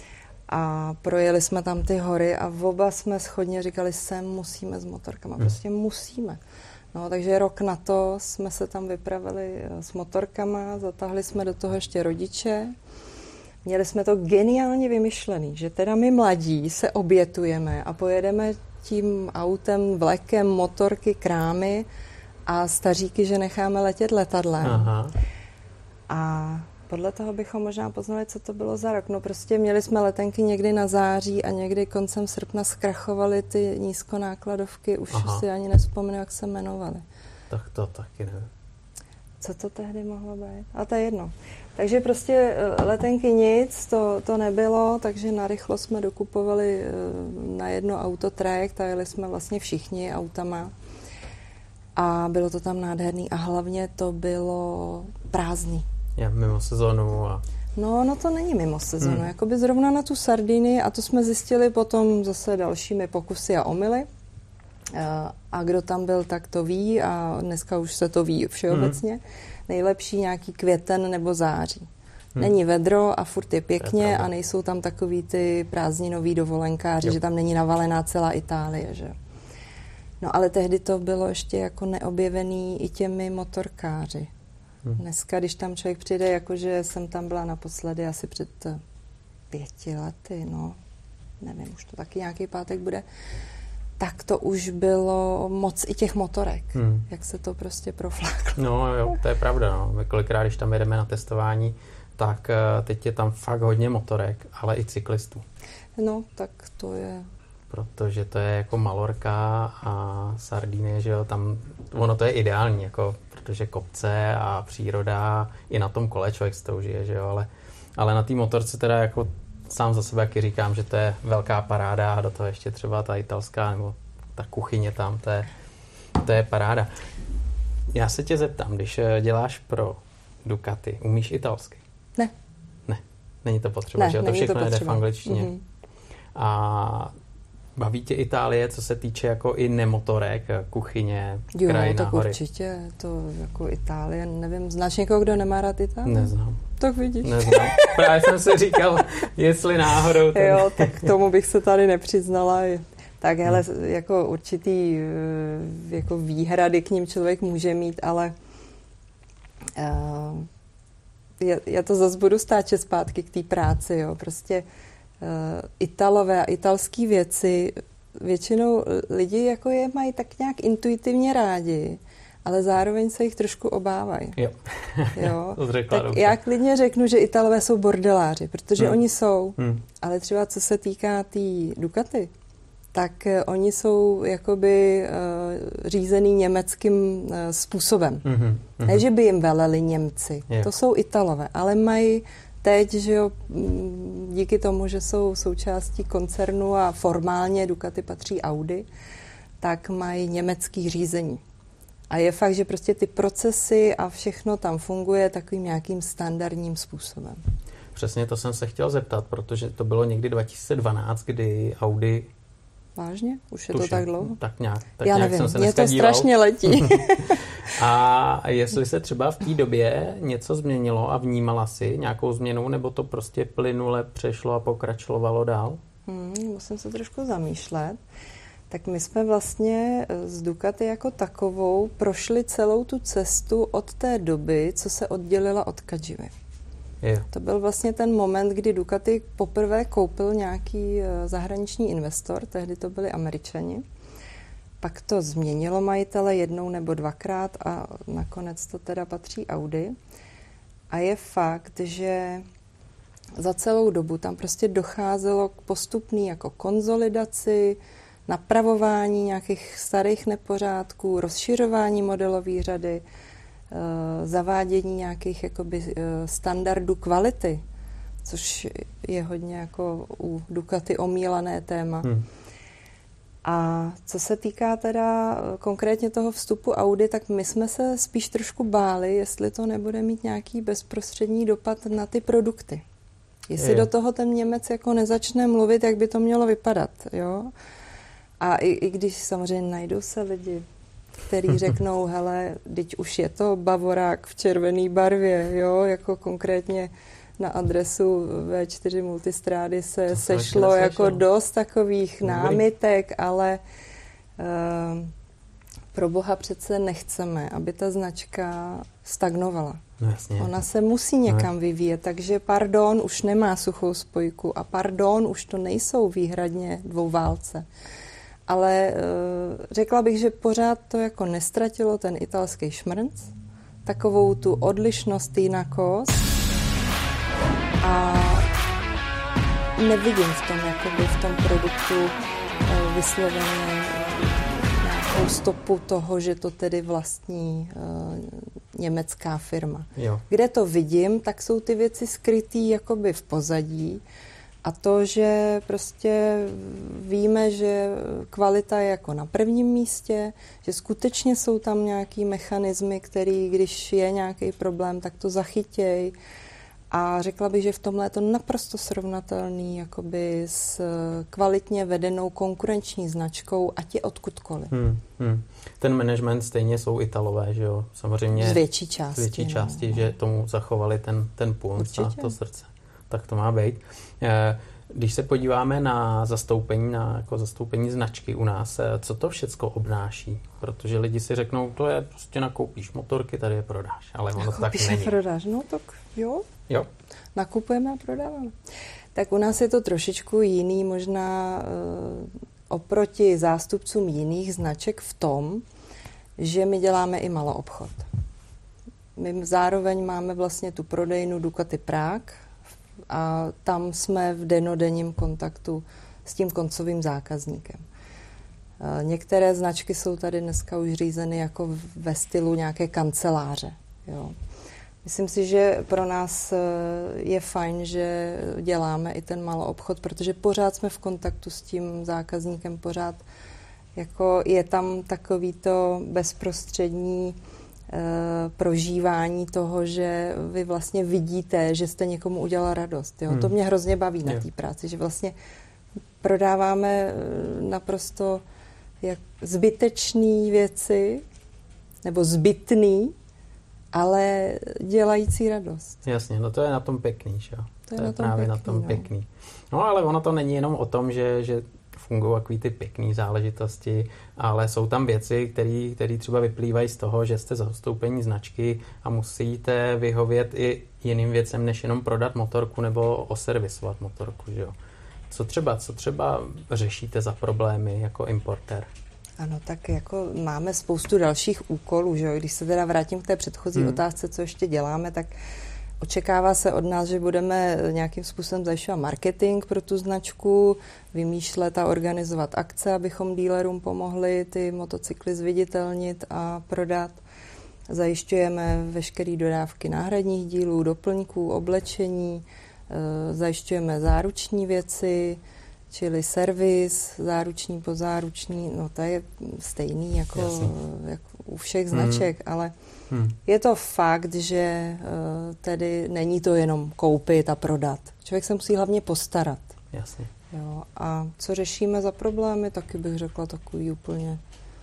B: a projeli jsme tam ty hory a oba jsme shodně říkali, sem musíme s motorkama, hmm. prostě musíme. No, takže rok na to jsme se tam vypravili s motorkama, zatáhli jsme do toho ještě rodiče. Měli jsme to geniálně vymyšlený, že teda my mladí se obětujeme a pojedeme tím autem, vlekem, motorky, krámy a staříky, že necháme letět letadlem. Aha. A podle toho bychom možná poznali, co to bylo za rok. No prostě měli jsme letenky někdy na září a někdy koncem srpna zkrachovaly ty nízkonákladovky. Už Aha. si ani nevzpomenu, jak se jmenovaly.
A: Tak to taky nevím.
B: Co to tehdy mohlo být? A to je jedno. Takže prostě letenky nic, to, to nebylo, takže narychlo jsme dokupovali na jedno auto trajekt a jeli jsme vlastně všichni autama. A bylo to tam nádherný a hlavně to bylo prázdný.
A: Je, mimo sezonu a...
B: No, no to není mimo sezonu.
A: Hmm.
B: Jakoby zrovna na tu Sardinii a to jsme zjistili potom zase dalšími pokusy a omyly. A kdo tam byl, tak to ví a dneska už se to ví všeobecně. Hmm. Nejlepší nějaký květen nebo září. Hmm. Není vedro a furt je pěkně je a nejsou tam takový ty prázdninový dovolenkáři, jo. Že tam není navalená celá Itálie, že? No ale tehdy to bylo ještě jako neobjevený i těmi motorkáři. Hmm. Dneska, když tam člověk přijde, jakože jsem tam byla naposledy asi před pěti lety, no, nevím, už to taky nějaký pátek bude, tak to už bylo moc i těch motorek, hmm. jak se to prostě profláklo.
A: No jo, to je pravda, no. My kolikrát, když tam jedeme na testování, tak teď je tam fakt hodně motorek, ale i cyklistů.
B: No, tak to je...
A: Protože to je jako Malorka a Sardinie, že jo, tam, ono to je ideální, jako, protože kopce a příroda, i na tom kole člověk si to užije, že jo, ale, ale na té motorce teda jako sám za sebe jaký říkám, že to je velká paráda a do toho ještě třeba ta italská nebo ta kuchyně tam, to je, to je paráda. Já se tě zeptám, když děláš pro Ducati, umíš italsky?
B: Ne.
A: Ne, není to potřeba,
B: ne,
A: že jo, to všechno jde v angličtině. Mm-hmm. A baví tě Itálie, co se týče jako i nemotorek, kuchyně,
B: jo,
A: krajina,
B: tak
A: hory?
B: Určitě, to jako Itálie, nevím, znáš někoho, kdo nemá rád Itálii?
A: Neznám.
B: Tak vidíš.
A: Neznám. Právě jsem si říkal, jestli náhodou. Ten...
B: Jo, tak k tomu bych se tady nepřiznala. Tak hele, hmm. jako určitý jako výhrady k ním člověk může mít, ale uh, já, já to zase budu stáčet zpátky k té práci, jo, prostě uh, Italové a italský věci, většinou lidi jako je mají tak nějak intuitivně rádi, ale zároveň se jich trošku obávají.
A: Jo.
B: jo?
A: To řekla,
B: tak já klidně řeknu, že Italové jsou bordeláři, protože hmm. oni jsou, hmm. ale třeba co se týká té tý Ducati, tak uh, oni jsou jakoby uh, řízený německým uh, způsobem. Hmm. Ne, že by jim veleli Němci, jo. To jsou Italové, ale mají teď, že jo, díky tomu, že jsou součástí koncernu a formálně Ducati patří Audi, tak mají německý řízení. A je fakt, že prostě ty procesy a všechno tam funguje takovým nějakým standardním způsobem.
A: Přesně to jsem se chtěl zeptat, protože to bylo někdy dva tisíce dvanáct, kdy Audi...
B: Vážně? Už je
A: Tuším,
B: to tak dlouho?
A: Tak nějak, tak
B: Já
A: nějak
B: nevím,
A: jsem se
B: mě to
A: díval.
B: strašně letí.
A: A jestli se třeba v té době něco změnilo a vnímala si nějakou změnu, nebo to prostě plynule přešlo a pokračovalo dál?
B: Hmm, musím se trošku zamýšlet. Tak my jsme vlastně z Ducati jako takovou prošli celou tu cestu od té doby, co se oddělila od Kadživy.
A: Je.
B: To byl vlastně ten moment, kdy Ducati poprvé koupil nějaký zahraniční investor, tehdy to byli Američani. Pak to změnilo majitele jednou nebo dvakrát a nakonec to teda patří Audi. A je fakt, že za celou dobu tam prostě docházelo k postupný jako konzolidaci, napravování nějakých starých nepořádků, rozšiřování modelové řady, zavádění nějakých jakoby standardů kvality, což je hodně jako u Ducati omílané téma. Hmm. A co se týká teda konkrétně toho vstupu Audi, tak my jsme se spíš trošku báli, jestli to nebude mít nějaký bezprostřední dopad na ty produkty. Jestli je. do toho ten Němec jako nezačne mluvit, jak by to mělo vypadat, jo? A i, i když samozřejmě najdou se lidi, který řeknou, hele, teď už je to Bavorák v červené barvě, jo, jako konkrétně na adresu vé čtyři Multistrády se to sešlo jako dost takových Dobrý. námitek, ale uh, pro Boha přece nechceme, aby ta značka stagnovala.
A: No jasně.
B: Ona se musí někam no. vyvíjet, takže pardon, už nemá suchou spojku a pardon, už to nejsou výhradně dvouválce. Ale uh, řekla bych, že pořád to jako nestratilo ten italský šmrnc, takovou tu odlišnost, jinakost a nevidím v tom, jakoby v tom produktu uh, vysloveně uh, nějakou stopu toho, že to tedy vlastní uh, německá firma.
A: Jo.
B: Kde to vidím, tak jsou ty věci skrytý jakoby v pozadí a to, že prostě víme, že kvalita je jako na prvním místě, že skutečně jsou tam nějaký mechanismy, který, když je nějaký problém, tak to zachytěj. A řekla bych, že v tomhle je to naprosto srovnatelný jakoby s kvalitně vedenou konkurenční značkou, ať je odkudkoliv.
A: Hmm, hmm. Ten management stejně jsou Italové, že jo? Samozřejmě
B: z větší části.
A: Z větší
B: no.
A: části, že tomu zachovali ten, ten punc a to srdce. Tak to má být. Když se podíváme na zastoupení, na jako zastoupení značky u nás, co to všecko obnáší? Protože lidi si řeknou, to je prostě nakoupíš motorky, tady je prodáš, ale ono tak není.
B: Prodáš, no tak jo.
A: Jo.
B: Nakupujeme a prodáváme. Tak u nás je to trošičku jiný, možná uh, oproti zástupcům jiných značek v tom, že my děláme i maloobchod. My zároveň máme vlastně tu prodejnu Ducati Prague a tam jsme v dennodenním kontaktu s tím koncovým zákazníkem. Uh, některé značky jsou tady dneska už řízeny jako ve stylu nějaké kanceláře. Jo. Myslím si, že pro nás je fajn, že děláme i ten maloobchod, protože pořád jsme v kontaktu s tím zákazníkem, pořád jako je tam takový to bezprostřední e, prožívání toho, že vy vlastně vidíte, že jste někomu udělala radost. Jo? Hmm. To mě hrozně baví na té práci, že vlastně prodáváme naprosto jak zbytečné věci, nebo zbytný, ale dělající radost.
A: Jasně, no to je na tom pěkný, že jo?
B: To je,
A: to je
B: na tom
A: právě
B: pěkný,
A: na tom
B: no.
A: pěkný. No ale ono to není jenom o tom, že, že fungují takový ty pěkný záležitosti, ale jsou tam věci, které třeba vyplývají z toho, že jste zastoupení značky a musíte vyhovět i jiným věcem, než jenom prodat motorku nebo oservisovat motorku, že jo? Co třeba, co třeba řešíte za problémy jako importér?
B: Ano, tak jako máme spoustu dalších úkolů, že jo? Když se teda vrátím k té předchozí hmm. otázce, co ještě děláme, tak očekává se od nás, že budeme nějakým způsobem zajišťovat marketing pro tu značku, vymýšlet a organizovat akce, abychom dílerům pomohli ty motocykly zviditelnit a prodat. Zajišťujeme veškeré dodávky náhradních dílů, doplňků, oblečení, zajišťujeme záruční věci, čili servis, záruční, pozáruční, no to je stejný jako, jako u všech značek, hmm. ale hmm. je to fakt, že uh, tedy není to jenom koupit a prodat. Člověk se musí hlavně postarat.
A: Jasně.
B: Jo, a co řešíme za problémy, taky bych řekla takový úplně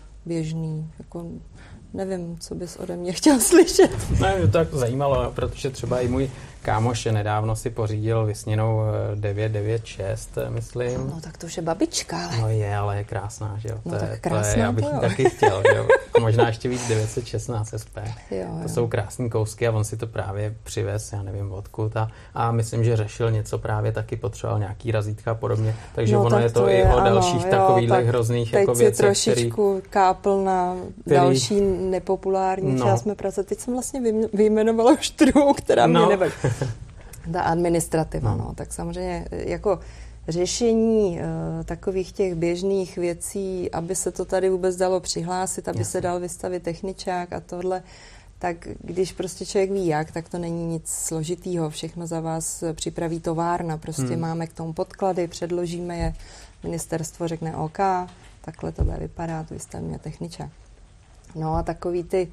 B: běžný, jako nevím, co bys ode mě chtěl slyšet.
A: Ne, mě to tak zajímalo, protože třeba i můj kámoš nedávno si pořídil vysněnou devět devět šest, myslím.
B: No tak to už je babička, ale...
A: No je, ale je krásná, že jo.
B: No
A: to
B: tak
A: je,
B: krásná,
A: to je, já bych ji taky chtěl, že jo. A možná ještě víc devět set šestnáct S P.
B: Jo,
A: to
B: jo.
A: jsou krásný kousky a on si to právě přivez, já nevím odkud. A, a myslím, že řešil něco právě, taky potřeboval nějaký razítka a podobně. Takže
B: no,
A: ono
B: tak
A: je to, to
B: je,
A: i o
B: ano,
A: dalších
B: jo,
A: takových
B: tak
A: hrozných
B: teď
A: jako
B: si
A: věcech,
B: trošičku který, kápl na který, další nepopulární no. část mé práce. Teď jsem vlastně vyjmenovala už druhou, která no. mě nevadí. Ta administrativa, no. no. Tak samozřejmě jako řešení uh, takových těch běžných věcí, aby se to tady vůbec dalo přihlásit, aby Jasně. se dal vystavit techničák a tohle, tak když prostě člověk ví jak, tak to není nic složitýho. Všechno za vás připraví továrna. Prostě hmm. máme k tomu podklady, předložíme je, ministerstvo řekne OK, takhle to bude vypadat, vystavíme techničák. No a takový ty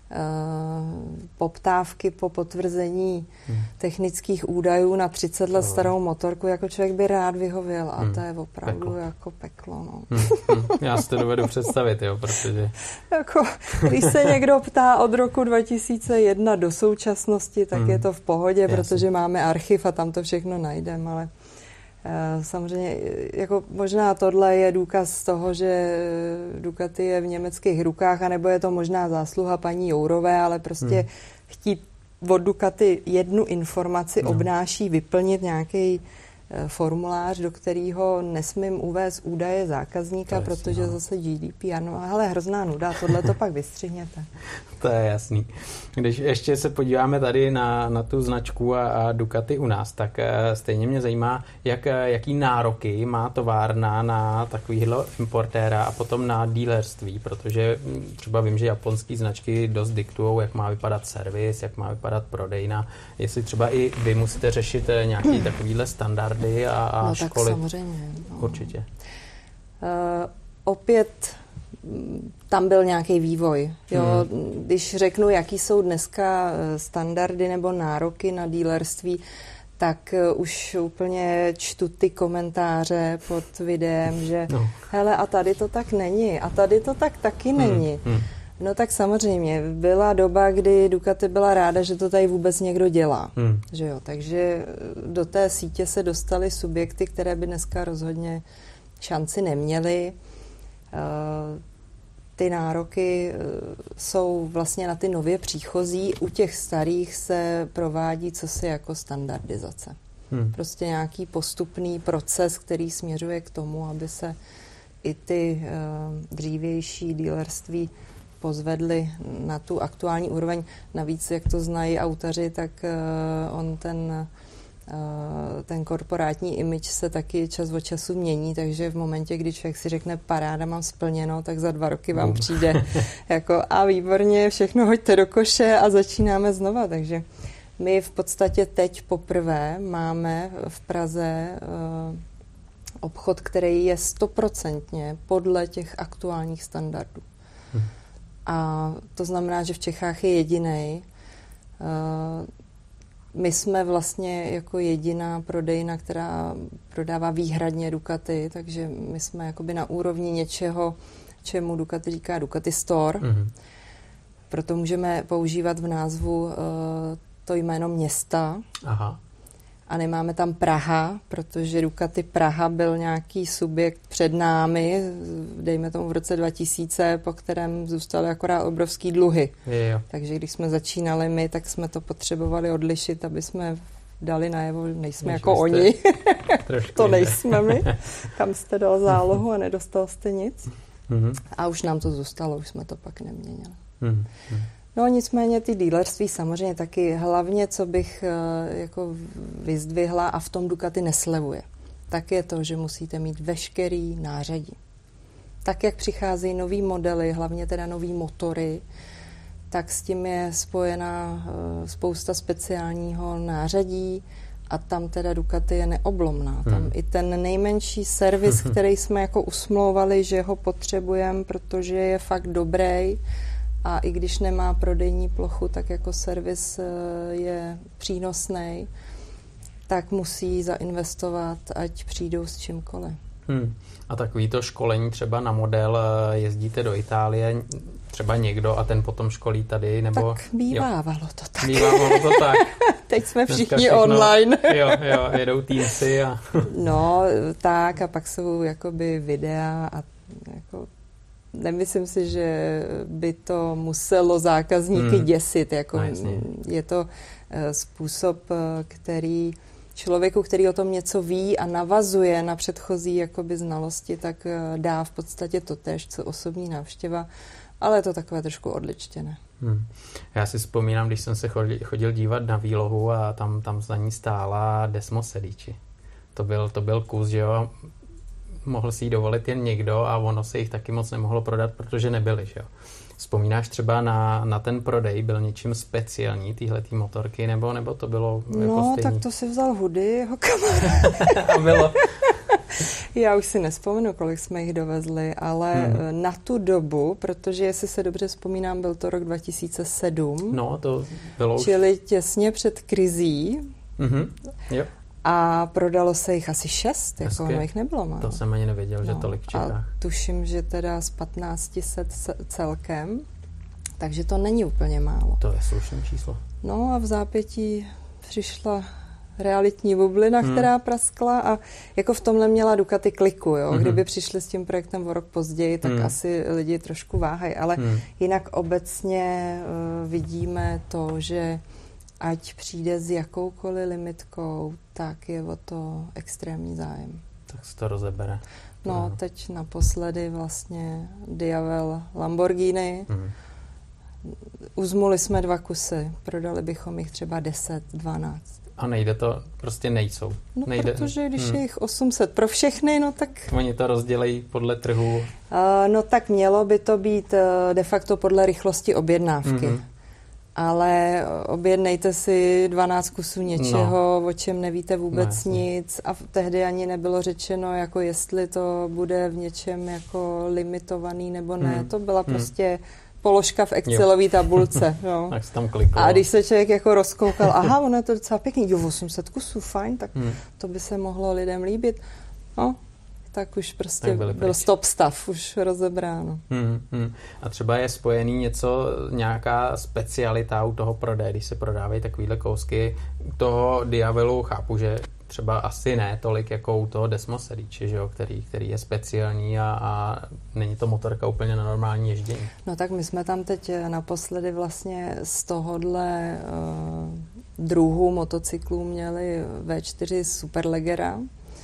B: Uh, poptávky po potvrzení hmm. technických údajů na třicet let starou motorku, jako člověk by rád vyhověl a hmm. to je opravdu peklo. jako peklo. No.
A: Hmm. Hmm. Já si to dovedu představit, jo, protože...
B: jako, když se někdo ptá od roku dva tisíce jedna do současnosti, tak hmm. je to v pohodě, Jasně. protože máme archiv a tam to všechno najdeme, ale samozřejmě, jako možná tohle je důkaz toho, že Ducati je v německých rukách, anebo je to možná zásluha paní Jourové, ale prostě hmm. chtít od Ducati jednu informaci no. obnáší vyplnit nějaký formulář, do kterého nesmím uvést údaje zákazníka, protože no. zase G D P R, no ale hrozná nuda, tohle to pak vystřihněte.
A: To je jasný. Když ještě se podíváme tady na, na tu značku a, a Ducati u nás, tak uh, stejně mě zajímá, jak, jaký nároky má továrna na takovýhle importéra a potom na dealerství, protože třeba vím, že japonský značky dost diktujou, jak má vypadat servis, jak má vypadat prodejna, jestli třeba i vy musíte řešit nějaký takovýhle standardy a, a
B: no,
A: školy.
B: Tak samozřejmě. No.
A: Určitě.
B: Uh, opět tam byl nějaký vývoj. Jo? Hmm. Když řeknu, jaký jsou dneska standardy nebo nároky na dealerství, tak už úplně čtu ty komentáře pod videem, že no. hele, a tady to tak není, a tady to tak taky hmm. není. Hmm. No tak samozřejmě, byla doba, kdy Ducati byla ráda, že to tady vůbec někdo dělá. Hmm. Že jo? Takže do té sítě se dostaly subjekty, které by dneska rozhodně šanci neměly. Ty nároky jsou vlastně na ty nově příchozí. U těch starých se provádí cosi jako standardizace. Hmm. Prostě nějaký postupný proces, který směřuje k tomu, aby se i ty dřívější dealerství pozvedly na tu aktuální úroveň. Navíc, jak to znají autaři, tak on ten ten korporátní image se taky čas od času mění, takže v momentě, kdy člověk si řekne paráda, mám splněno, tak za dva roky vám přijde jako a výborně, všechno hoďte do koše a začínáme znova. Takže my v podstatě teď poprvé máme v Praze uh, obchod, který je stoprocentně podle těch aktuálních standardů. Hmm. A to znamená, že v Čechách je jedinej. Uh, My jsme vlastně jako jediná prodejna, která prodává výhradně Ducati, takže my jsme jakoby na úrovni něčeho, čemu Ducati říká Ducati Store. Mm-hmm. Proto můžeme používat v názvu uh, to jméno města. Aha. A nemáme tam Praha, protože Ducati Praha byl nějaký subjekt před námi, dejme tomu v roce dva tisíce, po kterém zůstaly akorát obrovský dluhy. Je, jo. Takže když jsme začínali my, tak jsme to potřebovali odlišit, aby jsme dali najevo, nejsme Než jako oni. To nejsme my. Tam jste dal zálohu a nedostal jste nic. Mm-hmm. A už nám to zůstalo, už jsme to pak neměnili. Mm-hmm. No nicméně ty dealerství samozřejmě taky hlavně, co bych uh, jako vyzdvihla a v tom Ducati neslevuje, tak je to, že musíte mít veškerý nářadí. Tak, jak přicházejí nový modely, hlavně teda nový motory, tak s tím je spojená uh, spousta speciálního nářadí a tam teda Ducati je neoblomná. Hmm. Tam i ten nejmenší servis, který jsme jako usmlouvali, že ho potřebujeme, protože je fakt dobrý, a i když nemá prodejní plochu, tak jako servis je přínosný, tak musí zainvestovat, ať přijdou s čímkoliv.
A: Hmm. A takový to školení třeba na model, jezdíte do Itálie, třeba někdo a ten potom školí tady, nebo...
B: Tak bývávalo to tak.
A: Bývávalo to tak.
B: Teď jsme všichni všechno, online.
A: jo, jo, jedou Teamsy a...
B: No, tak a pak jsou jakoby videa a jako... Nemyslím si, že by to muselo zákazníky hmm. děsit. Jako je to způsob, který člověku, který o tom něco ví a navazuje na předchozí jakoby znalosti, tak dá v podstatě to též, co osobní návštěva, ale je to takové trošku odličtěné.
A: Hmm. Já si vzpomínám, když jsem se chodil, chodil dívat na výlohu a tam, tam za ní stála Desmos Sedici. To byl, to byl kus, že jo, mohl si ji dovolit jen někdo a ono se jich taky moc nemohlo prodat, protože nebyly, že jo. Vzpomínáš třeba na, na ten prodej, byl něčím speciální týhletý motorky, nebo, nebo to bylo
B: no,
A: jako stejný?
B: No, tak to si vzal Hudy, jeho kamarád.
A: A bylo.
B: Já už si nespomenu, kolik jsme jich dovezli, ale hmm. na tu dobu, protože jestli se dobře vzpomínám, byl to rok dva tisíce sedm.
A: No, to bylo už.
B: Čili těsně před krizí.
A: Mhm, jo.
B: A prodalo se jich asi šest, jako ono jich nebylo málo.
A: To jsem ani nevěděl, no, že tolik v Čechách.
B: A tuším, že teda z patnáct set celkem, takže to není úplně málo.
A: To je slušné číslo.
B: No a v zápětí přišla realitní bublina, hmm. která praskla a jako v tomhle měla Ducati kliku, jo. Hmm. Kdyby přišli s tím projektem o rok později, tak hmm. asi lidi trošku váhají, ale hmm. jinak obecně uh, vidíme to, že ať přijde s jakoukoliv limitkou, tak je o to extrémní zájem.
A: Tak se to rozebere.
B: No,
A: no.
B: teď naposledy vlastně Diavel Lamborghini. Mm. Uzmuli jsme dva kusy, prodali bychom jich třeba deset, dvanáct.
A: A nejde to, prostě nejsou.
B: No,
A: nejde.
B: Protože když
A: hmm.
B: je jich osm set pro všechny, no tak...
A: Oni to rozdělejí podle trhu.
B: Uh, no tak mělo by to být uh, de facto podle rychlosti objednávky. Mm-hmm. Ale objednejte si dvanáct kusů něčeho, no. o čem nevíte vůbec no, nic a tehdy ani nebylo řečeno, jako jestli to bude v něčem jako limitovaný nebo ne. Hmm. To byla hmm. prostě položka v Excelové tabulce. Jo.
A: Tak se tam kliklo.
B: A když se člověk jako rozkoukal, aha, ono je to docela pěkný, jo, osm set kusů, fajn, tak hmm. to by se mohlo lidem líbit. No, tak už prostě tak byl stop stav, už rozebráno.
A: Hmm, hmm. A třeba je spojený něco, nějaká specialita u toho prodeje, když se prodávají takovýhle kousky. U toho Diavelu chápu, že třeba asi ne tolik jako u toho Desmo Sedici, že jo, který, který je speciální a, a není to motorka úplně na normální ježdění.
B: No tak my jsme tam teď naposledy vlastně z tohohle uh, druhu motocyklů měli vé čtyři Superleggera.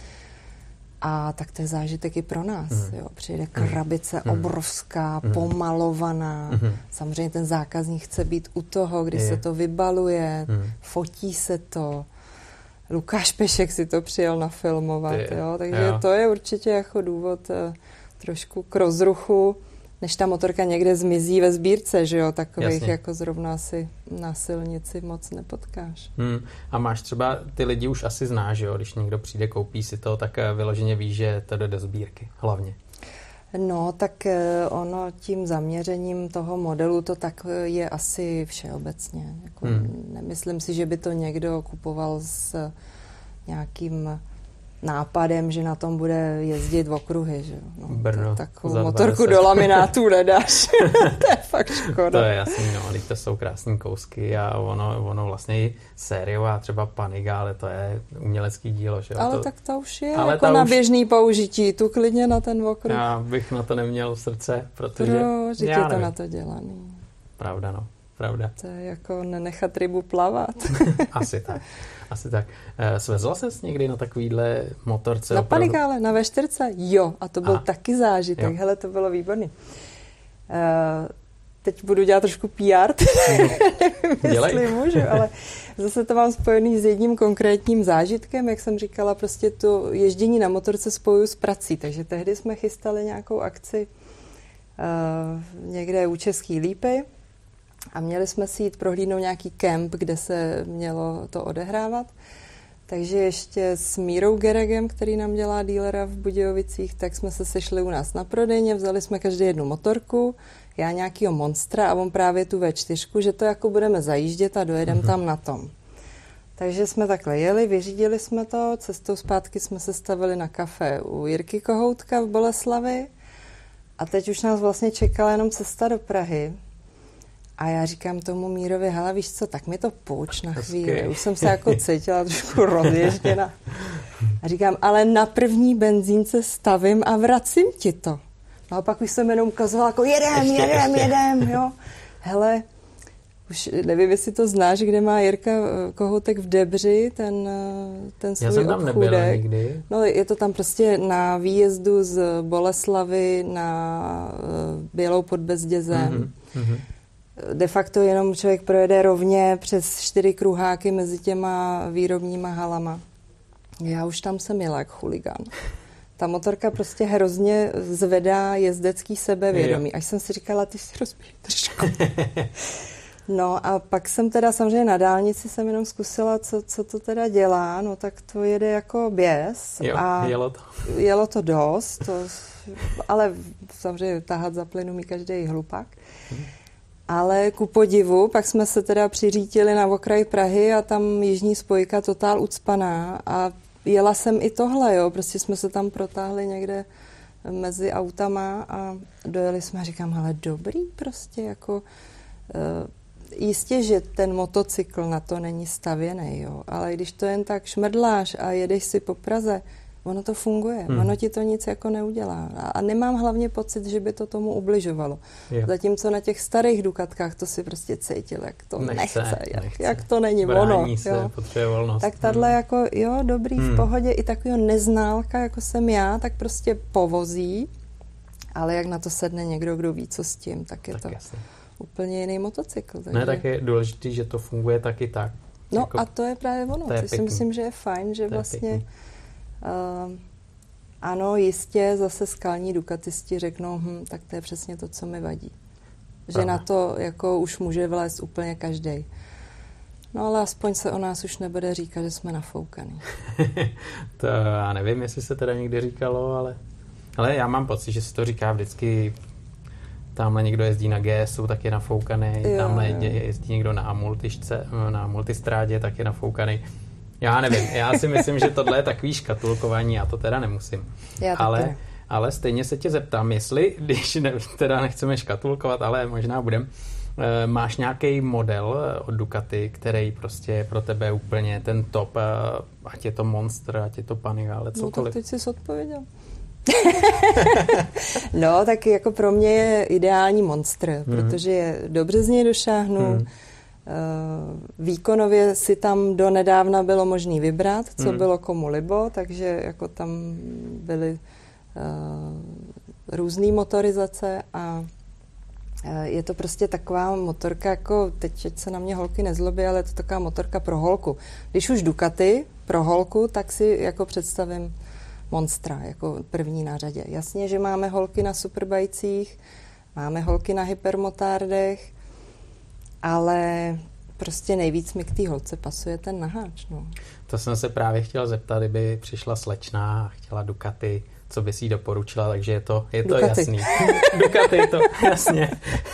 B: A tak to je zážitek i pro nás. Mm. Jo. Přijde krabice mm. obrovská, mm. pomalovaná. Mm. Samozřejmě ten zákazník chce být u toho, kdy je. se to vybaluje, mm. fotí se to. Lukáš Pešek si to přijel nafilmovat. Jo. Takže jo. to je určitě jako důvod uh, trošku k rozruchu, než ta motorka někde zmizí ve sbírce, že jo, takových Jasně. jako zrovna asi na silnici moc nepotkáš.
A: Hmm. A máš třeba, ty lidi už asi znáš, že jo, když někdo přijde, koupí si to, tak vyloženě víš, že to jde do sbírky, hlavně.
B: No, tak ono tím zaměřením toho modelu to tak je asi všeobecně. Jako hmm. Nemyslím si, že by to někdo kupoval s nějakým nápadem, že na tom bude jezdit v okruhy, že no,
A: Brno,
B: takovou motorku do laminátu nedáš. To je fakt škoda.
A: To je jasný, no, když to jsou krásný kousky a ono, ono vlastně i sériová třeba Paniga, ale to je umělecký dílo, že
B: Ale
A: to,
B: tak to už je jako na už... běžný použití, tu klidně na ten okruh.
A: Já bych na to neměl srdce, protože...
B: Proč je to na to dělaný?
A: Pravda, no, pravda.
B: To je jako nenechat rybu plavat.
A: Asi tak. Asi tak. Svezla ses někdy na takovýhle motorce?
B: Na opravdu... Panigále, na vé čtyři? Jo, a to byl a. taky zážitek. Jo. Hele, to bylo výborný. Uh, teď budu dělat trošku P R, jestli můžu, ale zase to mám spojený s jedním konkrétním zážitkem, jak jsem říkala, prostě to ježdění na motorce spojuju s prací, takže tehdy jsme chystali nějakou akci uh, někde u Český Lípy, a měli jsme si jít prohlídnout nějaký kemp, kde se mělo to odehrávat. Takže ještě s Mírou Geregem, který nám dělá dílera v Budějovicích, tak jsme se sešli u nás na prodejně, vzali jsme každý jednu motorku, já nějakýho Monstra a on právě tu vé čtyři, že to jako budeme zajíždět a dojedeme mm-hmm. tam na tom. Takže jsme takhle jeli, vyřídili jsme to, cestou zpátky jsme se stavili na kafe u Jirky Kohoutka v Boleslavi a teď už nás vlastně čekala jenom cesta do Prahy. A já říkám tomu Mírovi, hele, víš co, tak mi to půjč na chvíli. Už jsem se jako cítila trošku rozježděna. A říkám, ale na první benzínce stavím a vracím ti to. No a pak už jsem jenom ukazovala, jako jedem, jedem, jedem, jo. Hele, už nevím, jestli to znáš, kde má Jirka Kohoutek v Debři, ten, ten svůj obchůdek. Já jsem tam nebyla nikdy. No, je to tam prostě na výjezdu z Boleslavy na Bělou pod Bezdězem. Mm-hmm. De facto jenom člověk projede rovně přes čtyři kruháky mezi těma výrobníma halama. Já už tam jsem jela jak chuligán. Ta motorka prostě hrozně zvedá jezdecký sebevědomí. Až jsem si říkala, ty si rozbíjí držku. No a pak jsem teda samozřejmě na dálnici jsem jenom zkusila, co, co to teda dělá. No tak to jede jako běs.
A: Jo,
B: a
A: jelo to.
B: Jelo to dost, to, ale samozřejmě tahat za plynu mi každý hlupák. Hmm. Ale ku podivu, pak jsme se teda přiřítili na okraj Prahy a tam jižní spojka totál ucpaná a jela jsem i tohle, jo, prostě jsme se tam protáhli někde mezi autama a dojeli jsme a říkám, hele, dobrý prostě, jako uh, jistě, že ten motocykl na to není stavěný, jo, ale když to jen tak šmrdláš a jedeš si po Praze, ono to funguje,
A: hmm.
B: ono ti to nic jako neudělá. A, a nemám hlavně pocit, že by to tomu ubližovalo. Jo. Zatímco na těch starých Dukatkách to si prostě cítil, jak to nechce, nechce, jak, nechce. jak to není
A: Brání
B: ono.
A: se,
B: jo.
A: potřebuje volnost.
B: Tak tahle hmm. jako, jo, dobrý, hmm. v pohodě, i takového neználka, jako jsem já, tak prostě povozí, ale jak na to sedne někdo, kdo ví, co s tím, tak je tak to jasný. Úplně jiný motocykl. Takže...
A: Ne, tak je důležité, že to funguje taky tak.
B: No
A: jako,
B: a to je právě ono. To si myslím, že je fajn, že
A: to
B: vlastně uh, ano, jistě zase skalní dukatisti řeknou, hm, tak to je přesně to, co mi vadí. Že Pravda. Na to jako už může vlézt úplně každej. No ale aspoň se o nás už nebude říkat, že jsme nafoukaný.
A: To já nevím, jestli se teda někdy říkalo, ale, ale já mám pocit, že se to říká vždycky. Tamhle někdo jezdí na G S U, tak je nafoukaný. Jo, tamhle jo. jezdí někdo na multišce, na multistrádě, tak je nafoukaný. Já nevím, já si myslím, že tohle je takový škatulkování, já to teda nemusím.
B: Já
A: ale, ale stejně se tě zeptám, jestli, když ne, teda nechceme škatulkovat, ale možná budem, máš nějaký model od Ducati, který prostě je pro tebe úplně ten top, ať je to Monster, ať je to Panigale, cokoliv.
B: No tak teď jsi odpověděl. No, tak jako pro mě je ideální Monster, mm. protože je dobře z něj došáhnu. Mm. Výkonově si tam do nedávna bylo možný vybrat, co mm. bylo komu libo, takže jako tam byly uh, různé motorizace a je to prostě taková motorka, jako teď se na mě holky nezlobí, ale je to taková motorka pro holku. Když už Ducati pro holku, tak si jako představím Monstra jako první na řadě. Jasně, že máme holky na superbajcích, máme holky na hypermotardech, ale prostě nejvíc mi k té holce pasuje ten naháč. No.
A: To jsem se právě chtěla zeptat, kdyby přišla slečna a chtěla Ducati, co bys jí doporučila, takže je to, je to jasný. Ducati, to jasně.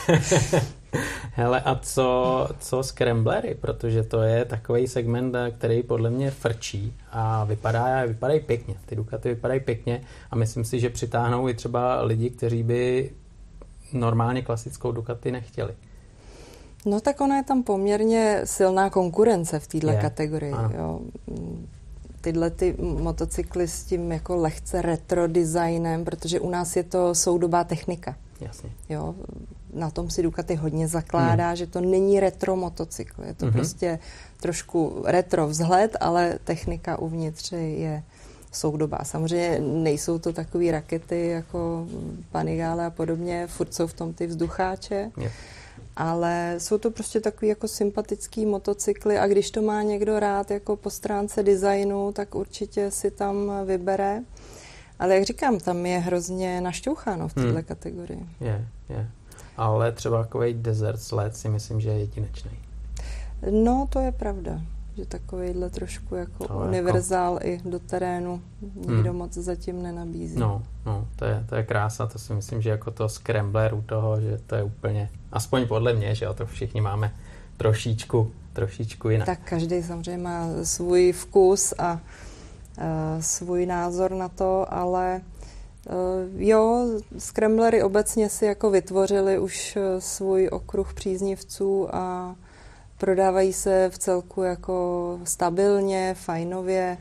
A: Hele, a co, co scramblery, protože to je takový segment, který podle mě frčí a vypadá, vypadají pěkně. Ty Ducati vypadají pěkně a myslím si, že přitáhnou i třeba lidi, kteří by normálně klasickou Ducati nechtěli.
B: No tak ona je tam poměrně silná konkurence v této kategorii. Jo. Tyhle ty motocykly s tím jako lehce retro designem, protože u nás je to soudobá technika.
A: Jasně. Jo,
B: na tom si Ducati hodně zakládá, hmm. že to není retro motocykl. Je to hmm. prostě trošku retro vzhled, ale technika uvnitř je soudobá. Samozřejmě nejsou to takové rakety jako Panigale a podobně, furt jsou v tom ty vzducháče, yeah. ale jsou to prostě takový jako sympatický motocykly a když to má někdo rád jako po stránce designu, tak určitě si tam vybere. Ale jak říkám, tam je hrozně našťoucháno v této hmm. kategorii.
A: Je, yeah, je. Yeah. Ale třeba takový Desert Sled si myslím, že je jedinečný.
B: No, to je pravda, že takovejhle trošku jako to univerzál jako... i do terénu nikdo hmm. moc zatím nenabízí.
A: No, no, to je, to je krása, to si myslím, že jako to scrambler u toho, že to je úplně, aspoň podle mě, že jo, to všichni máme trošičku, trošičku jinak.
B: Tak každý samozřejmě má svůj vkus a uh, svůj názor na to, ale uh, jo, scramblery obecně si jako vytvořili už svůj okruh příznivců a prodávají se v celku jako stabilně, fajnově.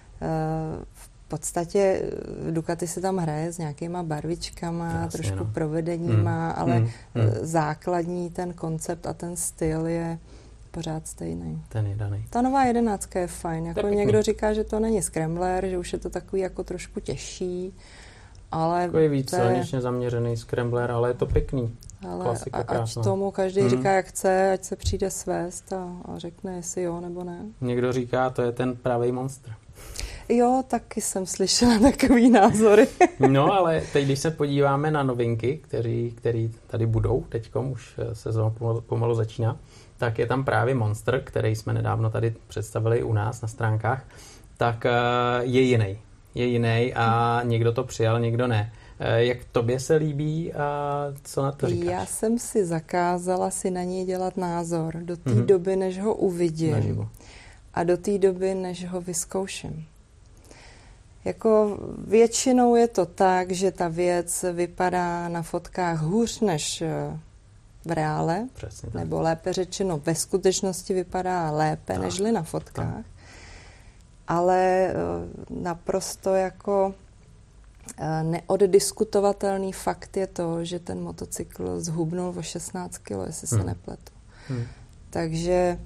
B: V podstatě Ducati si tam hraje s nějakýma barvičkama, Jasně, trošku no. provedeníma, mm, ale mm, mm. základní ten koncept a ten styl je pořád stejný.
A: Ten je daný.
B: Ta nová jedenáctka je fajn. Jako někdo říká, že to není scrambler, že už je to takový jako trošku těžší, ale...
A: Takový víc silničně zaměřený scrambler, ale je to pěkný.
B: Ale Klasika, ať krásná. Tomu každý mm. říká, jak chce, ať se přijde svést a, a řekne, jestli jo nebo ne.
A: Někdo říká, to je ten pravý monster.
B: Jo, taky jsem slyšela takový názory.
A: No, ale teď, když se podíváme na novinky, který, který tady budou, teďkom už sezóna pomalu, pomalu začíná, tak je tam právě Monster, který jsme nedávno tady představili u nás na stránkách, tak je jiný. Je jiný a někdo to přijal, někdo ne. Jak tobě se líbí a co na to říkáš?
B: Já jsem si zakázala si na něj dělat názor do té mm-hmm. doby, než ho uvidím. Naživo. A do té doby, než ho vyzkouším. Jako většinou je to tak, že ta věc vypadá na fotkách hůř než v reále.
A: Přesně tak. Nebo
B: lépe řečeno ve skutečnosti vypadá lépe, tak. nežli na fotkách. Tak. ale naprosto jako neoddiskutovatelný fakt je to, že ten motocykl zhubnul o šestnáct kilo, jestli se hmm. nepletu. Hmm. Takže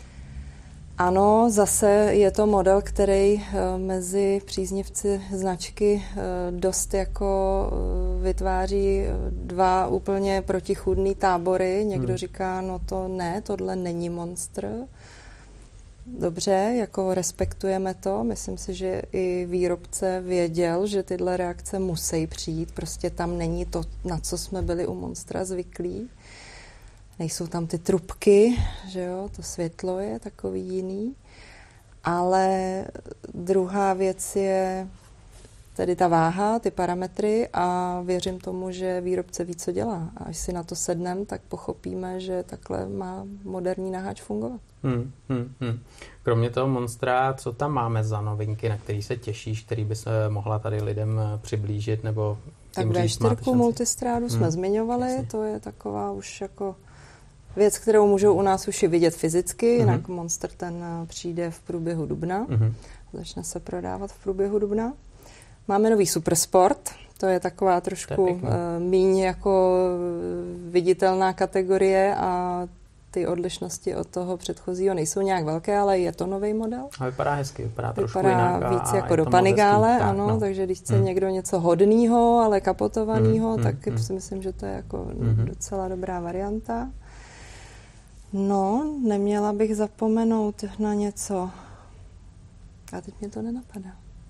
B: ano, zase je to model, který mezi příznivci značky dost jako vytváří dva úplně protichůdný tábory. Někdo hmm. říká, no to ne, tohle není monstr. Dobře, jako respektujeme to. Myslím si, že i výrobce věděl, že tyhle reakce musí přijít. Prostě tam není to, na co jsme byli u monstra zvyklí. Nejsou tam ty trubky, že jo, to světlo je takový jiný. Ale druhá věc je tedy ta váha, ty parametry a věřím tomu, že výrobce ví, co dělá. A až si na to sedneme, tak pochopíme, že takhle má moderní naháč fungovat.
A: Hmm, hmm, hmm. Kromě toho monstra, co tam máme za novinky, na který se těšíš, který by se mohla tady lidem přiblížit nebo
B: tak vé čtyři multistrádu jsme hmm, zmiňovali, jasně. To je taková už jako věc, kterou můžou u nás už i vidět fyzicky, mm-hmm. jinak Monster ten přijde v průběhu dubna, mm-hmm. začne se prodávat v průběhu dubna. Máme nový Supersport, to je taková trošku uh, míň jako viditelná kategorie a ty odlišnosti od toho předchozího nejsou nějak velké, ale je to nový model.
A: A vypadá hezky, vypadá trošku
B: vypadá
A: jinak.
B: Víc a jako do Panigale,
A: tak,
B: ano,
A: no.
B: takže když chce hmm. někdo něco hodnýho, ale kapotovanýho,
A: hmm,
B: tak
A: hmm.
B: si myslím, že to je jako
A: hmm.
B: docela dobrá varianta. No, neměla bych zapomenout na něco. A teď mě to nenapadá.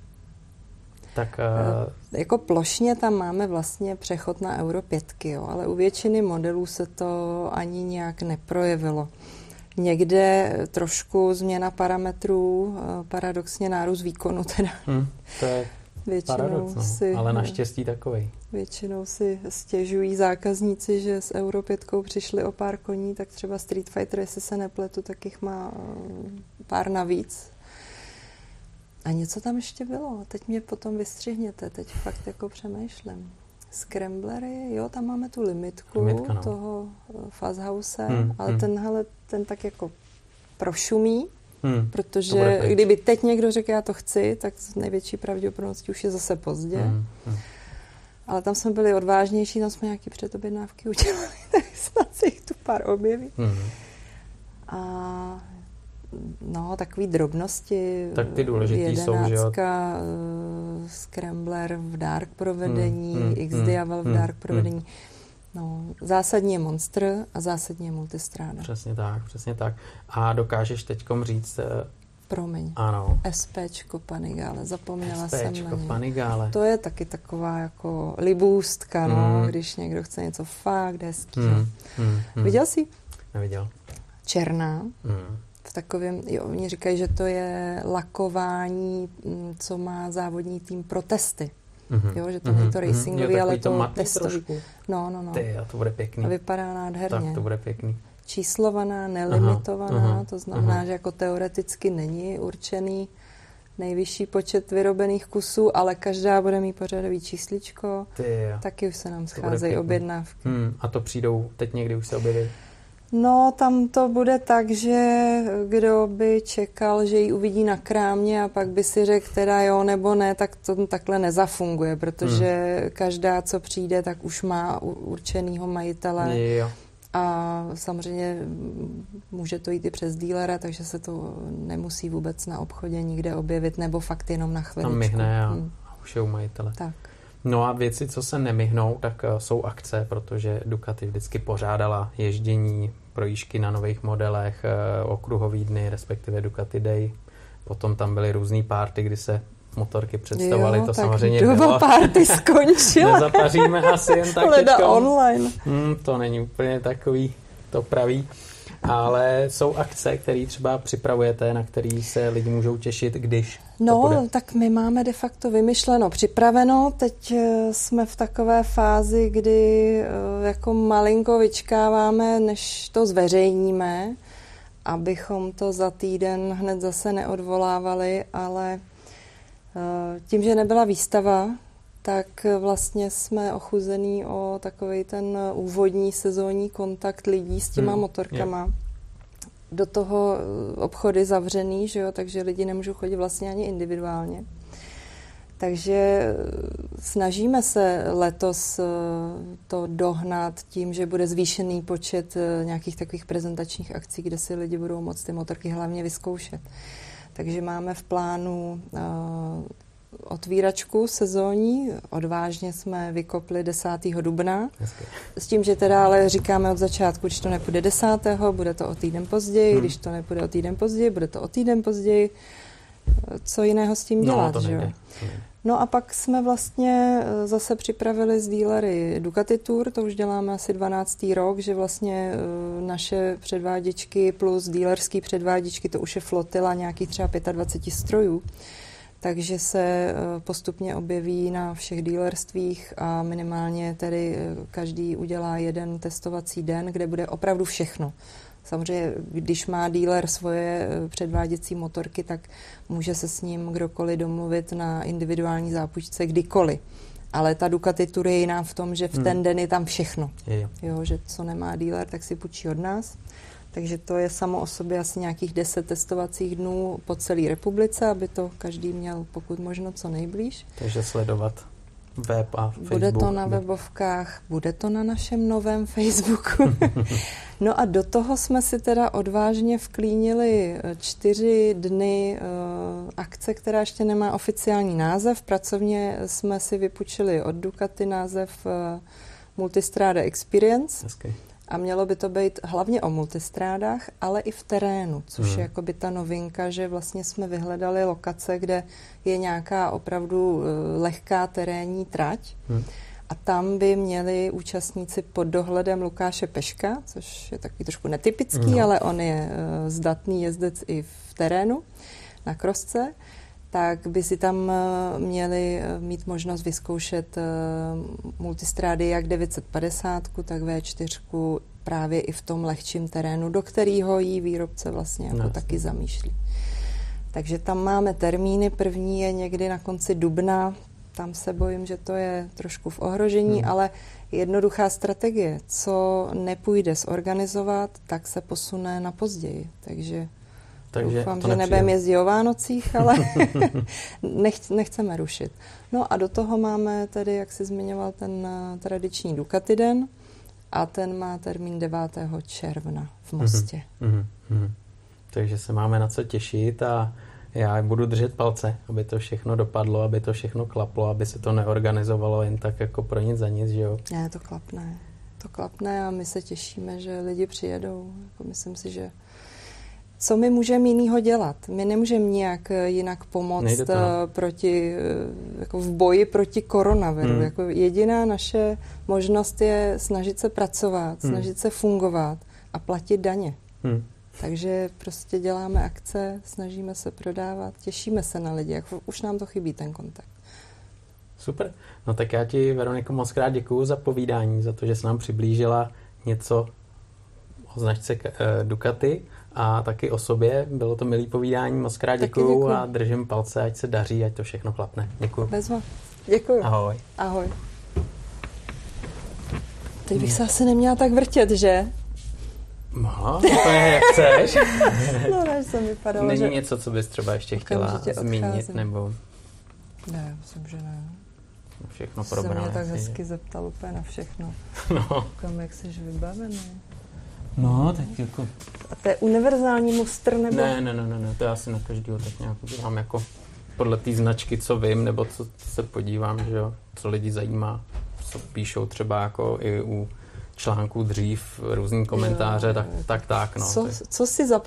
A: Tak,
B: uh... Jako plošně tam máme vlastně přechod na Euro pět, jo, ale u většiny modelů se to ani nějak neprojevilo. Někde trošku změna parametrů, paradoxně nárůst výkonu teda.
A: Hmm, to je většinou paradox, no, si, ale naštěstí takovej.
B: Většinou si stěžují zákazníci, že s Euro pět přišli o pár koní, tak třeba Street Fighter, jestli se nepletu, tak jich má pár navíc. A něco tam ještě bylo. Teď mě potom vystřihněte. Teď fakt jako přemýšlím. Scramblery, jo, tam máme tu limitku Limitka, no. toho Fuzzhouse, hmm, ale hmm. tenhle, ten tak jako prošumí, hmm, protože kdyby teď někdo řekl, já to chci, tak s největší pravděpodobností už je zase pozdě. Hmm, hmm. Ale tam jsme byli odvážnější, tam jsme nějaké předobjednávky udělali, tak snad se jich tu pár objeví. Hmm. A no, takový drobnosti.
A: Tak ty důležitý jsou, že jo?
B: Uh, Scrambler v dark provedení, hmm, hmm, X-Diavel hmm, v dark hmm, provedení. No, zásadní je Monster a zásadní je multistráda.
A: Přesně tak, přesně tak. A dokážeš teďkom říct...
B: Promiň.
A: Ano.
B: SPčko Panigale, zapomněla jsem na ně.
A: Panigale.
B: To je taky taková jako libůstka, no, hmm. když někdo chce něco fakt hezkýho. Hmm, hmm, hmm. Viděl jsi?
A: Neviděl.
B: Černá.
A: Hmm.
B: V takovém, jo, oni říkají, že to je lakování, co má závodní tým pro testy. Mm-hmm. Jo, že to není to racingový, mm-hmm. ale to, to testový. No, no, no.
A: Ty, a to bude pěkný.
B: A vypadá nádherně.
A: Tak to bude pěkný.
B: Číslovaná, nelimitovaná, aha, aha, to znamená, aha. že jako teoreticky není určený nejvyšší počet vyrobených kusů, ale každá bude mít pořadový čísličko. Ty, taky už se nám scházejí objednávky.
A: Hmm, a to přijdou, teď někdy už se objeví?
B: No, tam to bude tak, že kdo by čekal, že ji uvidí na krámě a pak by si řekl teda jo nebo ne, tak to takhle nezafunguje, protože hmm. každá, co přijde, tak už má určenýho majitele. Jo. A samozřejmě může to jít i přes dílera, takže se to nemusí vůbec na obchodě nikde objevit, nebo fakt jenom na chviličku.
A: Tam myhne a hmm. už je u majitele.
B: Tak.
A: No a věci, co se nemyhnou, tak jsou akce, protože Ducati vždycky pořádala ježdění, projížďky na nových modelech, okruhový dny, respektive Ducati Day. Potom tam byly různý party, kdy se motorky představovaly, to samozřejmě bylo.
B: Party skončila.
A: Nezapaříme asi jen tak
B: Leda teďko. Online.
A: Hmm, to není úplně takový to pravý. Ale jsou akce, které třeba připravujete, na které se lidi můžou těšit, když
B: No,
A: to bude.
B: Tak my máme de facto vymyšleno, připraveno. Teď jsme v takové fázi, kdy jako malinko vyčkáváme, než to zveřejníme, abychom to za týden hned zase neodvolávali, ale tím, že nebyla výstava, tak vlastně jsme ochuzení o takovej ten úvodní sezónní kontakt lidí s těma hmm, motorkama. Je. do toho obchody zavřený, že jo, takže lidi nemůžou chodit vlastně ani individuálně. Takže snažíme se letos to dohnat tím, že bude zvýšený počet nějakých takových prezentačních akcí, kde si lidi budou moct ty motorky hlavně vyzkoušet. Takže máme v plánu uh, otvíračku sezónní, odvážně jsme vykopli desátého dubna. Hezky. S tím, že teda ale říkáme od začátku, když to nepůjde desátého, bude to o týden později, hmm. když to nepůjde o týden později, bude to o týden později. Co jiného s tím dělat,
A: no,
B: že jo? No a pak jsme vlastně zase připravili s dílery Ducati Tour, to už děláme asi dvanáctý rok, že vlastně naše předváděčky plus dílerský předváděčky, to už je flotila nějakých třeba dvacet pět strojů, takže se postupně objeví na všech dílerstvích a minimálně tedy každý udělá jeden testovací den, kde bude opravdu všechno. Samozřejmě, když má dealer svoje předváděcí motorky, tak může se s ním kdokoliv domluvit na individuální zápůjčce kdykoliv. Ale ta Ducati Tour je jiná v tom, že v ten den je tam všechno. Je. Jo, že co nemá dealer, tak si půjčí od nás. Takže to je samo o sobě asi nějakých deset testovacích dnů po celé republice, aby to každý měl pokud možno co nejblíž.
A: Takže sledovat web a Facebook.
B: Bude to na webovkách, bude to na našem novém Facebooku. No a do toho jsme si teda odvážně vklínili čtyři dny uh, akce, která ještě nemá oficiální název. Pracovně jsme si vypůjčili od Ducati název uh, Multistrada Experience. Hezky. A mělo by to být hlavně o multistrádách, ale i v terénu, což hmm. je jakoby ta novinka, že vlastně jsme vyhledali lokace, kde je nějaká opravdu lehká terénní trať hmm. a tam by měli účastníci pod dohledem Lukáše Peška, což je takový trošku netypický, no. ale on je zdatný jezdec i v terénu na krosce, tak by si tam měli mít možnost vyzkoušet multistrády jak devět set padesát, tak vé čtyři právě i v tom lehčím terénu, do kterého jí výrobce vlastně jako no. taky zamýšlí. Takže tam máme termíny, první je někdy na konci dubna, tam se bojím, že to je trošku v ohrožení, hmm. ale jednoduchá strategie, co nepůjde zorganizovat, tak se posune na později, takže Takže doufám, že nebudeme jezdit o Vánocích, ale nech, nechceme rušit. No a do toho máme tedy, jak jsi zmiňoval, ten tradiční Ducati den a ten má termín devátého června v Mostě.
A: Mm-hmm, mm-hmm. Takže se máme na co těšit a já budu držet palce, aby to všechno dopadlo, aby to všechno klaplo, aby se to neorganizovalo jen tak jako pro nic za nic, že jo?
B: Ne, to klapne. To klapne a my se těšíme, že lidi přijedou. Jako myslím si, že co my můžeme jinýho dělat? My nemůžeme nijak jinak pomoct proti, jako v boji proti koronaviru. Hmm. Jako jediná naše možnost je snažit se pracovat, hmm. snažit se fungovat a platit daně. Hmm. Takže prostě děláme akce, snažíme se prodávat, těšíme se na lidi. Jako už nám to chybí, ten kontakt.
A: Super. No tak já ti, Veroniko, moc krát děkuju za povídání, za to, že jsi nám přiblížila něco o značce Ducati a taky o sobě. Bylo to milý povídání, moc krát děkuju, děkuju a držím palce, ať se daří, ať to všechno klapne. Děkuju.
B: Bezva. Děkuju.
A: Ahoj.
B: Ahoj. Teď bych se asi neměla tak vrtět, že?
A: No, to je jak chceš.
B: No, ne, jsem vypadala,
A: Není
B: že...
A: něco, co bys třeba ještě chtěla zmínit, nebo...
B: Ne, myslím, že ne.
A: Všechno probrali.
B: Jsi se mě tak hezky zeptal úplně na všechno.
A: No.
B: Koukám, jak jsi vybavený.
A: No, tak jako...
B: A to je univerzální mustr, nebo?
A: Ne, ne, ne, ne, to já si na každýho tak nějak dělám jako podle té značky, co vím, nebo co se podívám, že jo, co lidi zajímá, co píšou třeba jako i u článků dřív, různý komentáře, jo, tak, tak, tak, no.
B: Co, co si